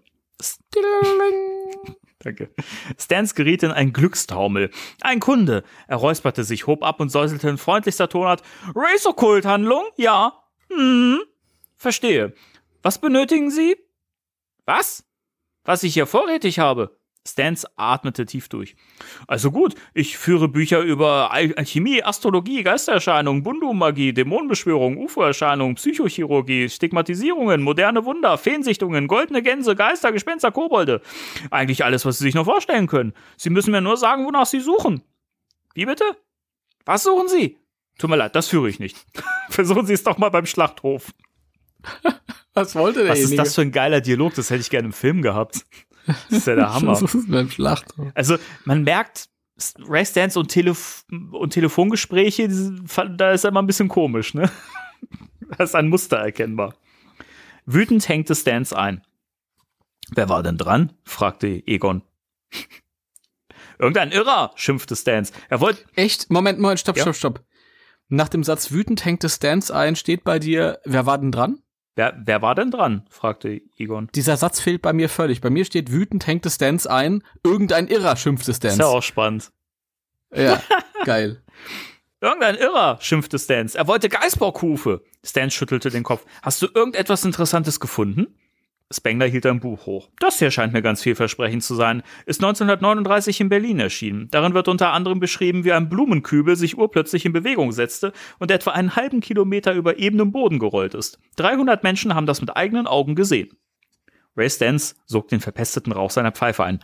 Danke. Stans geriet in einen Glückstaumel. Ein Kunde. Er räusperte sich, hob ab und säuselte in freundlichster Tonart. Rays Okkulthandlung? Ja. Verstehe. Was benötigen Sie? Was? Was ich hier vorrätig habe? Stans atmete tief durch. Also gut, ich führe Bücher über Alchemie, Astrologie, Geistererscheinungen, Bundu-Magie, Dämonenbeschwörung, UFO-Erscheinungen, Psychochirurgie, Stigmatisierungen, moderne Wunder, Feensichtungen, goldene Gänse, Geister, Gespenster, Kobolde. Eigentlich alles, was Sie sich noch vorstellen können. Sie müssen mir nur sagen, wonach Sie suchen. Wie bitte? Was suchen Sie? Tut mir leid, das führe ich nicht. Versuchen Sie es doch mal beim Schlachthof. Was wollte der? Was ist das für ein geiler Dialog? Das hätte ich gerne im Film gehabt. Das ist ja der Hammer. Beim Schlachthof. Also, man merkt, Ray Stans und Telefongespräche, da ist er immer ein bisschen komisch, ne? Da ist ein Muster erkennbar. Wütend hängte Stans ein. Wer war denn dran? Fragte Egon. Irgendein Irrer, schimpfte Stans. Er wollte. Echt? Moment, stopp. Nach dem Satz wütend hängte Stans ein, steht bei dir, wer war denn dran? Wer war denn dran? Fragte Egon. Dieser Satz fehlt bei mir völlig. Bei mir steht, wütend hängte Stans ein, irgendein Irrer schimpfte Stans. Ist ja auch spannend. Ja, geil. Irgendein Irrer, schimpfte Stans. Er wollte Geißbockhufe. Stans schüttelte den Kopf. Hast du irgendetwas Interessantes gefunden? Spengler hielt ein Buch hoch. Das hier scheint mir ganz vielversprechend zu sein. Ist 1939 in Berlin erschienen. Darin wird unter anderem beschrieben, wie ein Blumenkübel sich urplötzlich in Bewegung setzte und etwa einen halben Kilometer über ebenem Boden gerollt ist. 300 Menschen haben das mit eigenen Augen gesehen. Ray Stans sog den verpesteten Rauch seiner Pfeife ein.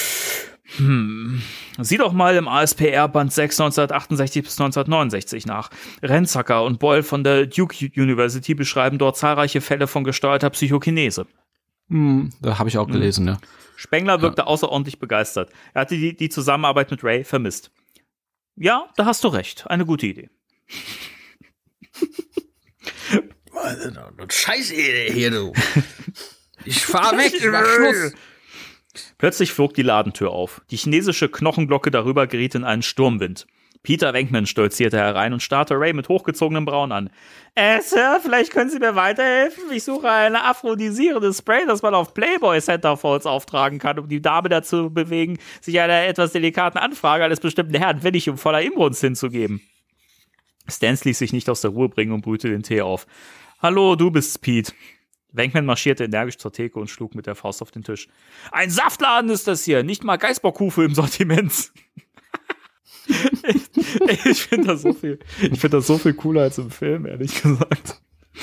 Sieh doch mal im ASPR Band 6 1968 bis 1969 nach. Renzacker und Boyle von der Duke University beschreiben dort zahlreiche Fälle von gesteuerter Psychokinese. Da habe ich auch gelesen, ja. Spengler wirkte außerordentlich begeistert. Er hatte die Zusammenarbeit mit Ray vermisst. Ja, da hast du recht. Eine gute Idee. Scheiße hier, du. Ich fahr weg, ich mach Schluss. Plötzlich flog die Ladentür auf. Die chinesische Knochenglocke darüber geriet in einen Sturmwind. Peter Venkman stolzierte herein und starrte Ray mit hochgezogenem Brauen an. Sir, vielleicht können Sie mir weiterhelfen? Ich suche ein aphrodisierendes Spray, das man auf Playboy Centerfolds auftragen kann, um die Dame dazu zu bewegen, sich einer etwas delikaten Anfrage eines bestimmten Herrn willig und voller Inbrunst hinzugeben. Stans ließ sich nicht aus der Ruhe bringen und brühte den Tee auf. Hallo, du bist's, Pete. Venkman marschierte energisch zur Theke und schlug mit der Faust auf den Tisch. Ein Saftladen ist das hier, nicht mal Geißbockhufe im Sortiment. Ich finde das so viel cooler als im Film, ehrlich gesagt.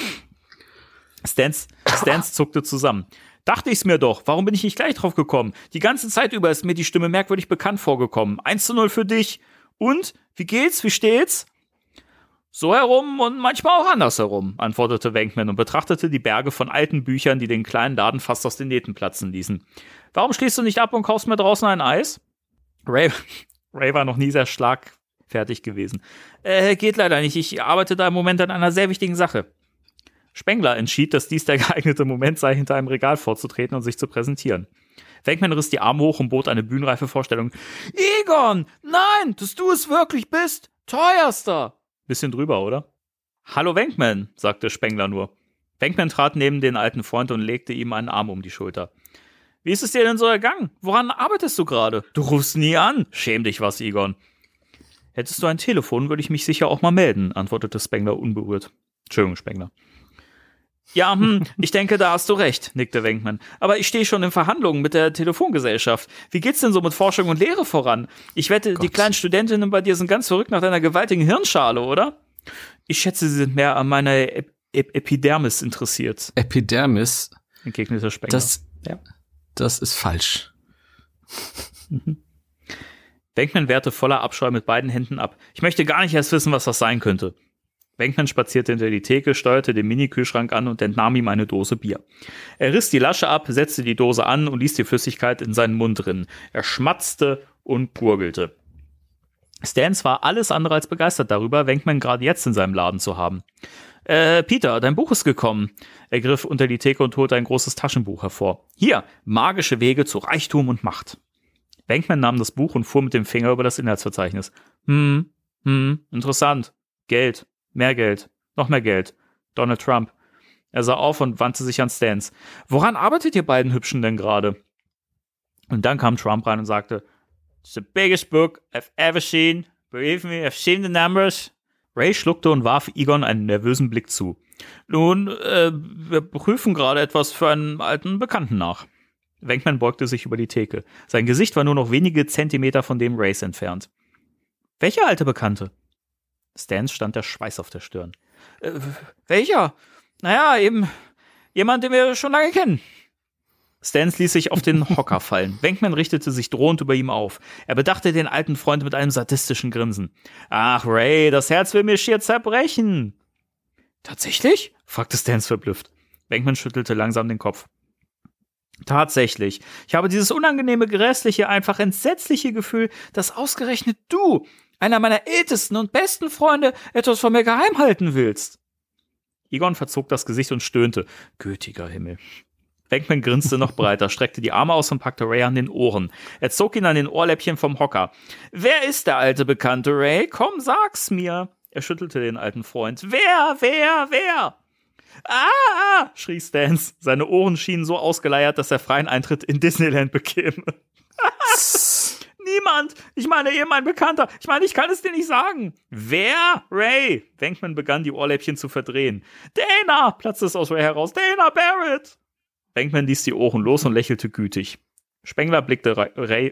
Stans zuckte zusammen. Dachte ich's mir doch, warum bin ich nicht gleich drauf gekommen? Die ganze Zeit über ist mir die Stimme merkwürdig bekannt vorgekommen. 1:0 für dich. Und? Wie geht's? Wie steht's? So herum und manchmal auch andersherum, antwortete Venkman und betrachtete die Berge von alten Büchern, die den kleinen Laden fast aus den Nähten platzen ließen. Warum stehst du nicht ab und kaufst mir draußen ein Eis? Ray war noch nie sehr schlagfertig gewesen. Geht leider nicht, ich arbeite da im Moment an einer sehr wichtigen Sache. Spengler entschied, dass dies der geeignete Moment sei, hinter einem Regal vorzutreten und sich zu präsentieren. Venkman riss die Arme hoch und bot eine bühnenreife Vorstellung. Egon, nein, dass du es wirklich bist, teuerster! Bisschen drüber, oder? Hallo Venkman, sagte Spengler nur. Venkman trat neben den alten Freund und legte ihm einen Arm um die Schulter. Wie ist es dir denn so ergangen? Woran arbeitest du gerade? Du rufst nie an. Schäm dich was, Egon. Hättest du ein Telefon, würde ich mich sicher auch mal melden, antwortete Spengler unberührt. Entschuldigung, Spengler. Ja, ich denke, da hast du recht, nickte Venkman. Aber ich stehe schon in Verhandlungen mit der Telefongesellschaft. Wie geht's denn so mit Forschung und Lehre voran? Ich wette, die kleinen Studentinnen bei dir sind ganz verrückt nach deiner gewaltigen Hirnschale, oder? Ich schätze, sie sind mehr an meiner Epidermis interessiert. Epidermis? Entgegnete Spengler. Das ist falsch. Venkman wehrte voller Abscheu mit beiden Händen ab. Ich möchte gar nicht erst wissen, was das sein könnte. Venkman spazierte hinter die Theke, steuerte den Mini-Kühlschrank an und entnahm ihm eine Dose Bier. Er riss die Lasche ab, setzte die Dose an und ließ die Flüssigkeit in seinen Mund rinnen. Er schmatzte und gurgelte. Stans war alles andere als begeistert darüber, Venkman gerade jetzt in seinem Laden zu haben. Peter, dein Buch ist gekommen. Er griff unter die Theke und holte ein großes Taschenbuch hervor. Hier, magische Wege zu Reichtum und Macht. Venkman nahm das Buch und fuhr mit dem Finger über das Inhaltsverzeichnis. Interessant. Geld. Mehr Geld. Noch mehr Geld. Donald Trump. Er sah auf und wandte sich an Stans. Woran arbeitet ihr beiden Hübschen denn gerade? Und dann kam Trump rein und sagte, It's the biggest book I've ever seen. Believe me, I've seen the numbers. Ray schluckte und warf Egon einen nervösen Blick zu. Nun, wir prüfen gerade etwas für einen alten Bekannten nach. Venkman beugte sich über die Theke. Sein Gesicht war nur noch wenige Zentimeter von dem Rays entfernt. Welcher alte Bekannte? Stans stand der Schweiß auf der Stirn. Welcher? Naja, eben jemand, den wir schon lange kennen. Stans ließ sich auf den Hocker fallen. Venkman richtete sich drohend über ihm auf. Er bedachte den alten Freund mit einem sadistischen Grinsen. Ach, Ray, das Herz will mir schier zerbrechen. Tatsächlich? Fragte Stans verblüfft. Venkman schüttelte langsam den Kopf. Tatsächlich. Ich habe dieses unangenehme, grässliche, einfach entsetzliche Gefühl, dass ausgerechnet du, einer meiner ältesten und besten Freunde, etwas von mir geheim halten willst. Egon verzog das Gesicht und stöhnte. Gütiger Himmel. Venkman grinste noch breiter, streckte die Arme aus und packte Ray an den Ohren. Er zog ihn an den Ohrläppchen vom Hocker. Wer ist der alte Bekannte, Ray? Komm, sag's mir. Er schüttelte den alten Freund. Wer? Ah! Schrie Stans. Seine Ohren schienen so ausgeleiert, dass er freien Eintritt in Disneyland bekäme. Niemand! Ich meine, eben ein Bekannter. Ich meine, ich kann es dir nicht sagen. Wer? Ray! Venkman begann, die Ohrläppchen zu verdrehen. Dana! Platzte es aus Ray heraus. Dana Barrett! Venkman ließ die Ohren los und lächelte gütig. Spengler blickte Ray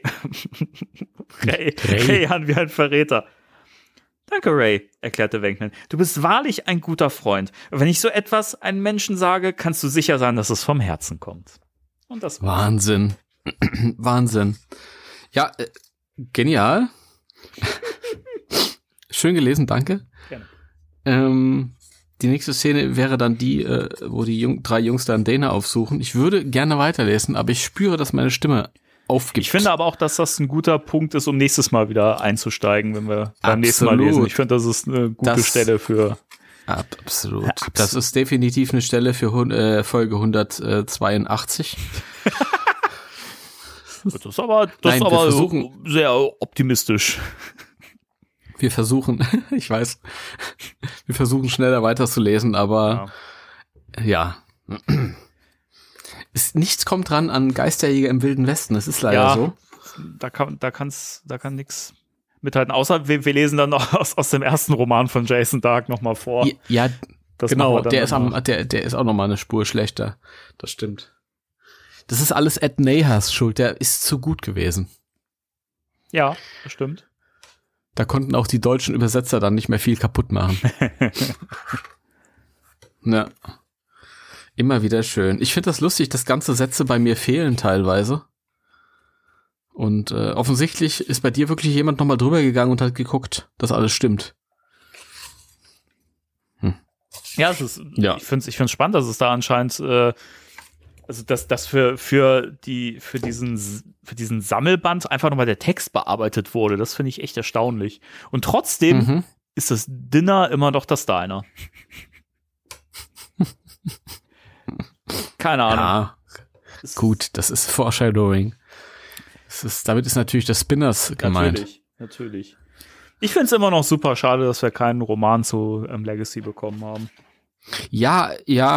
an wie ein Verräter. Danke, Ray, erklärte Venkman. Du bist wahrlich ein guter Freund. Und wenn ich so etwas einem Menschen sage, kannst du sicher sein, dass es vom Herzen kommt. Und das Wahnsinn. Wahnsinn. Ja, genial. Schön gelesen, danke. Gerne. Die nächste Szene wäre dann die, wo die drei Jungs dann Dana aufsuchen. Ich würde gerne weiterlesen, aber ich spüre, dass meine Stimme aufgibt. Ich finde aber auch, dass das ein guter Punkt ist, um nächstes Mal wieder einzusteigen, wenn wir beim nächsten Mal lesen. Ich finde, das ist eine gute Stelle für... Absolut. Das ist definitiv eine Stelle für Folge 182. Das ist aber sehr optimistisch. Wir versuchen, ich weiß, wir versuchen schneller weiterzulesen, aber ja. Nichts kommt dran an Geisterjäger im Wilden Westen, das ist leider so. Da kann nix mithalten, außer wir lesen dann noch aus dem ersten Roman von Jason Dark nochmal vor. Ja, das genau, der ist auch nochmal eine Spur schlechter, das stimmt. Das ist alles Ed Nahers Schuld, der ist zu gut gewesen. Ja, das stimmt. Da konnten auch die deutschen Übersetzer dann nicht mehr viel kaputt machen. Ja. Immer wieder schön. Ich finde das lustig, dass ganze Sätze bei mir fehlen teilweise. Und offensichtlich ist bei dir wirklich jemand nochmal drüber gegangen und hat geguckt, dass alles stimmt. Ja, ich finde es spannend, dass es da anscheinend also dass für diesen Sammelband einfach nochmal der Text bearbeitet wurde. Das finde ich echt erstaunlich. Und trotzdem ist das Dinner immer noch das Diner. Keine Ahnung. Ja, gut, das ist Foreshadowing. Damit ist natürlich das Spinners gemeint. Natürlich. Ich finde es immer noch super schade, dass wir keinen Roman zu Legacy bekommen haben. Ja.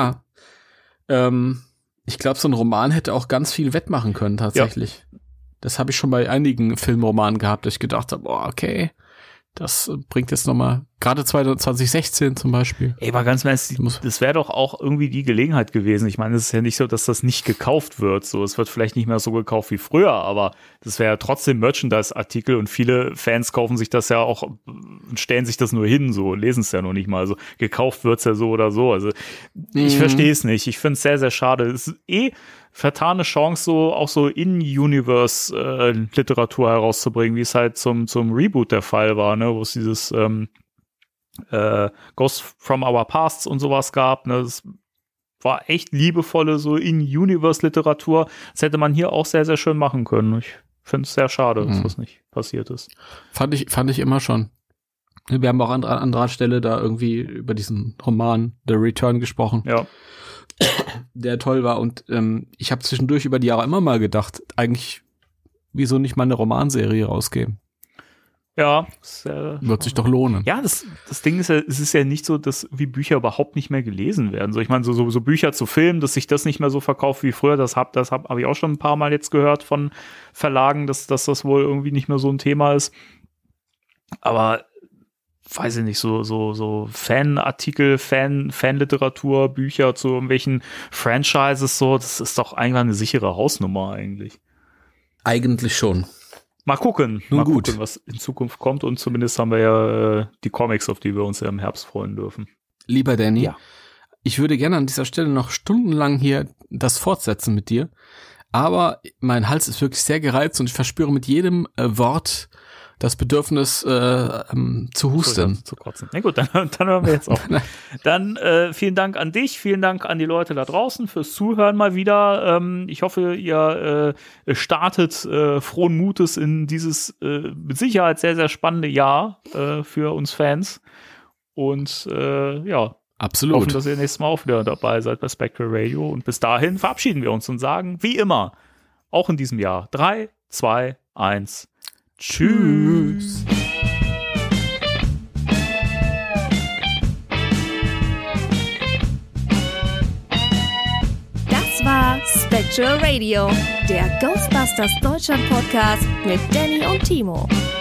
Ich glaube, so ein Roman hätte auch ganz viel wettmachen können, tatsächlich. Ja. Das habe ich schon bei einigen Filmromanen gehabt, dass ich gedacht habe, okay, das bringt jetzt nochmal, gerade 2016 zum Beispiel. Ey, mal ganz ehrlich, das wäre doch auch irgendwie die Gelegenheit gewesen. Ich meine, es ist ja nicht so, dass das nicht gekauft wird. So, es wird vielleicht nicht mehr so gekauft wie früher, aber das wäre ja trotzdem Merchandise-Artikel und viele Fans kaufen sich das ja auch und stellen sich das nur hin, so, lesen es ja noch nicht mal. Also gekauft wird's ja so oder so. Also ich verstehe es nicht. Ich finde es sehr, sehr schade. Es ist vertane Chance, so auch so In-Universe-Literatur herauszubringen, wie es halt zum Reboot der Fall war, ne, wo es dieses Ghost from Our Pasts und sowas gab, ne, das war echt liebevolle so In-Universe-Literatur. Das hätte man hier auch sehr, sehr schön machen können. Ich finde es sehr schade, dass das nicht passiert ist. Fand ich immer schon. Wir haben auch an anderer Stelle da irgendwie über diesen Roman The Return gesprochen. Ja. Der toll war und ich habe zwischendurch über die Jahre immer mal gedacht, eigentlich, wieso nicht mal eine Romanserie rausgeben? Ja. Wird sich doch lohnen. Ja, das Ding ist ja, es ist ja nicht so, dass wie Bücher überhaupt nicht mehr gelesen werden. So, ich meine, so Bücher zu Filmen, dass sich das nicht mehr so verkauft wie früher, das hab ich auch schon ein paar Mal jetzt gehört von Verlagen, dass das wohl irgendwie nicht mehr so ein Thema ist. Aber weiß ich nicht, so Fanartikel, Fanliteratur, Bücher zu irgendwelchen Franchises, so, das ist doch eigentlich eine sichere Hausnummer eigentlich. Eigentlich schon. Mal gucken, gucken, was in Zukunft kommt und zumindest haben wir ja die Comics, auf die wir uns ja im Herbst freuen dürfen. Lieber Danny, ja. Ich würde gerne an dieser Stelle noch stundenlang hier das fortsetzen mit dir, aber mein Hals ist wirklich sehr gereizt und ich verspüre mit jedem Wort das Bedürfnis zu husten. Zu kotzen. Na gut, dann hören wir jetzt auf. Dann vielen Dank an dich, vielen Dank an die Leute da draußen fürs Zuhören mal wieder. Ich hoffe, ihr startet frohen Mutes in dieses mit Sicherheit sehr, sehr spannende Jahr für uns Fans. Und ja, absolut. Hoffen, dass ihr nächstes Mal auch wieder dabei seid bei Spectral Radio. Und bis dahin verabschieden wir uns und sagen, wie immer, auch in diesem Jahr, 3, 2, 1, Tschüss. Virtual Radio, der Ghostbusters Deutschland Podcast mit Danny und Timo.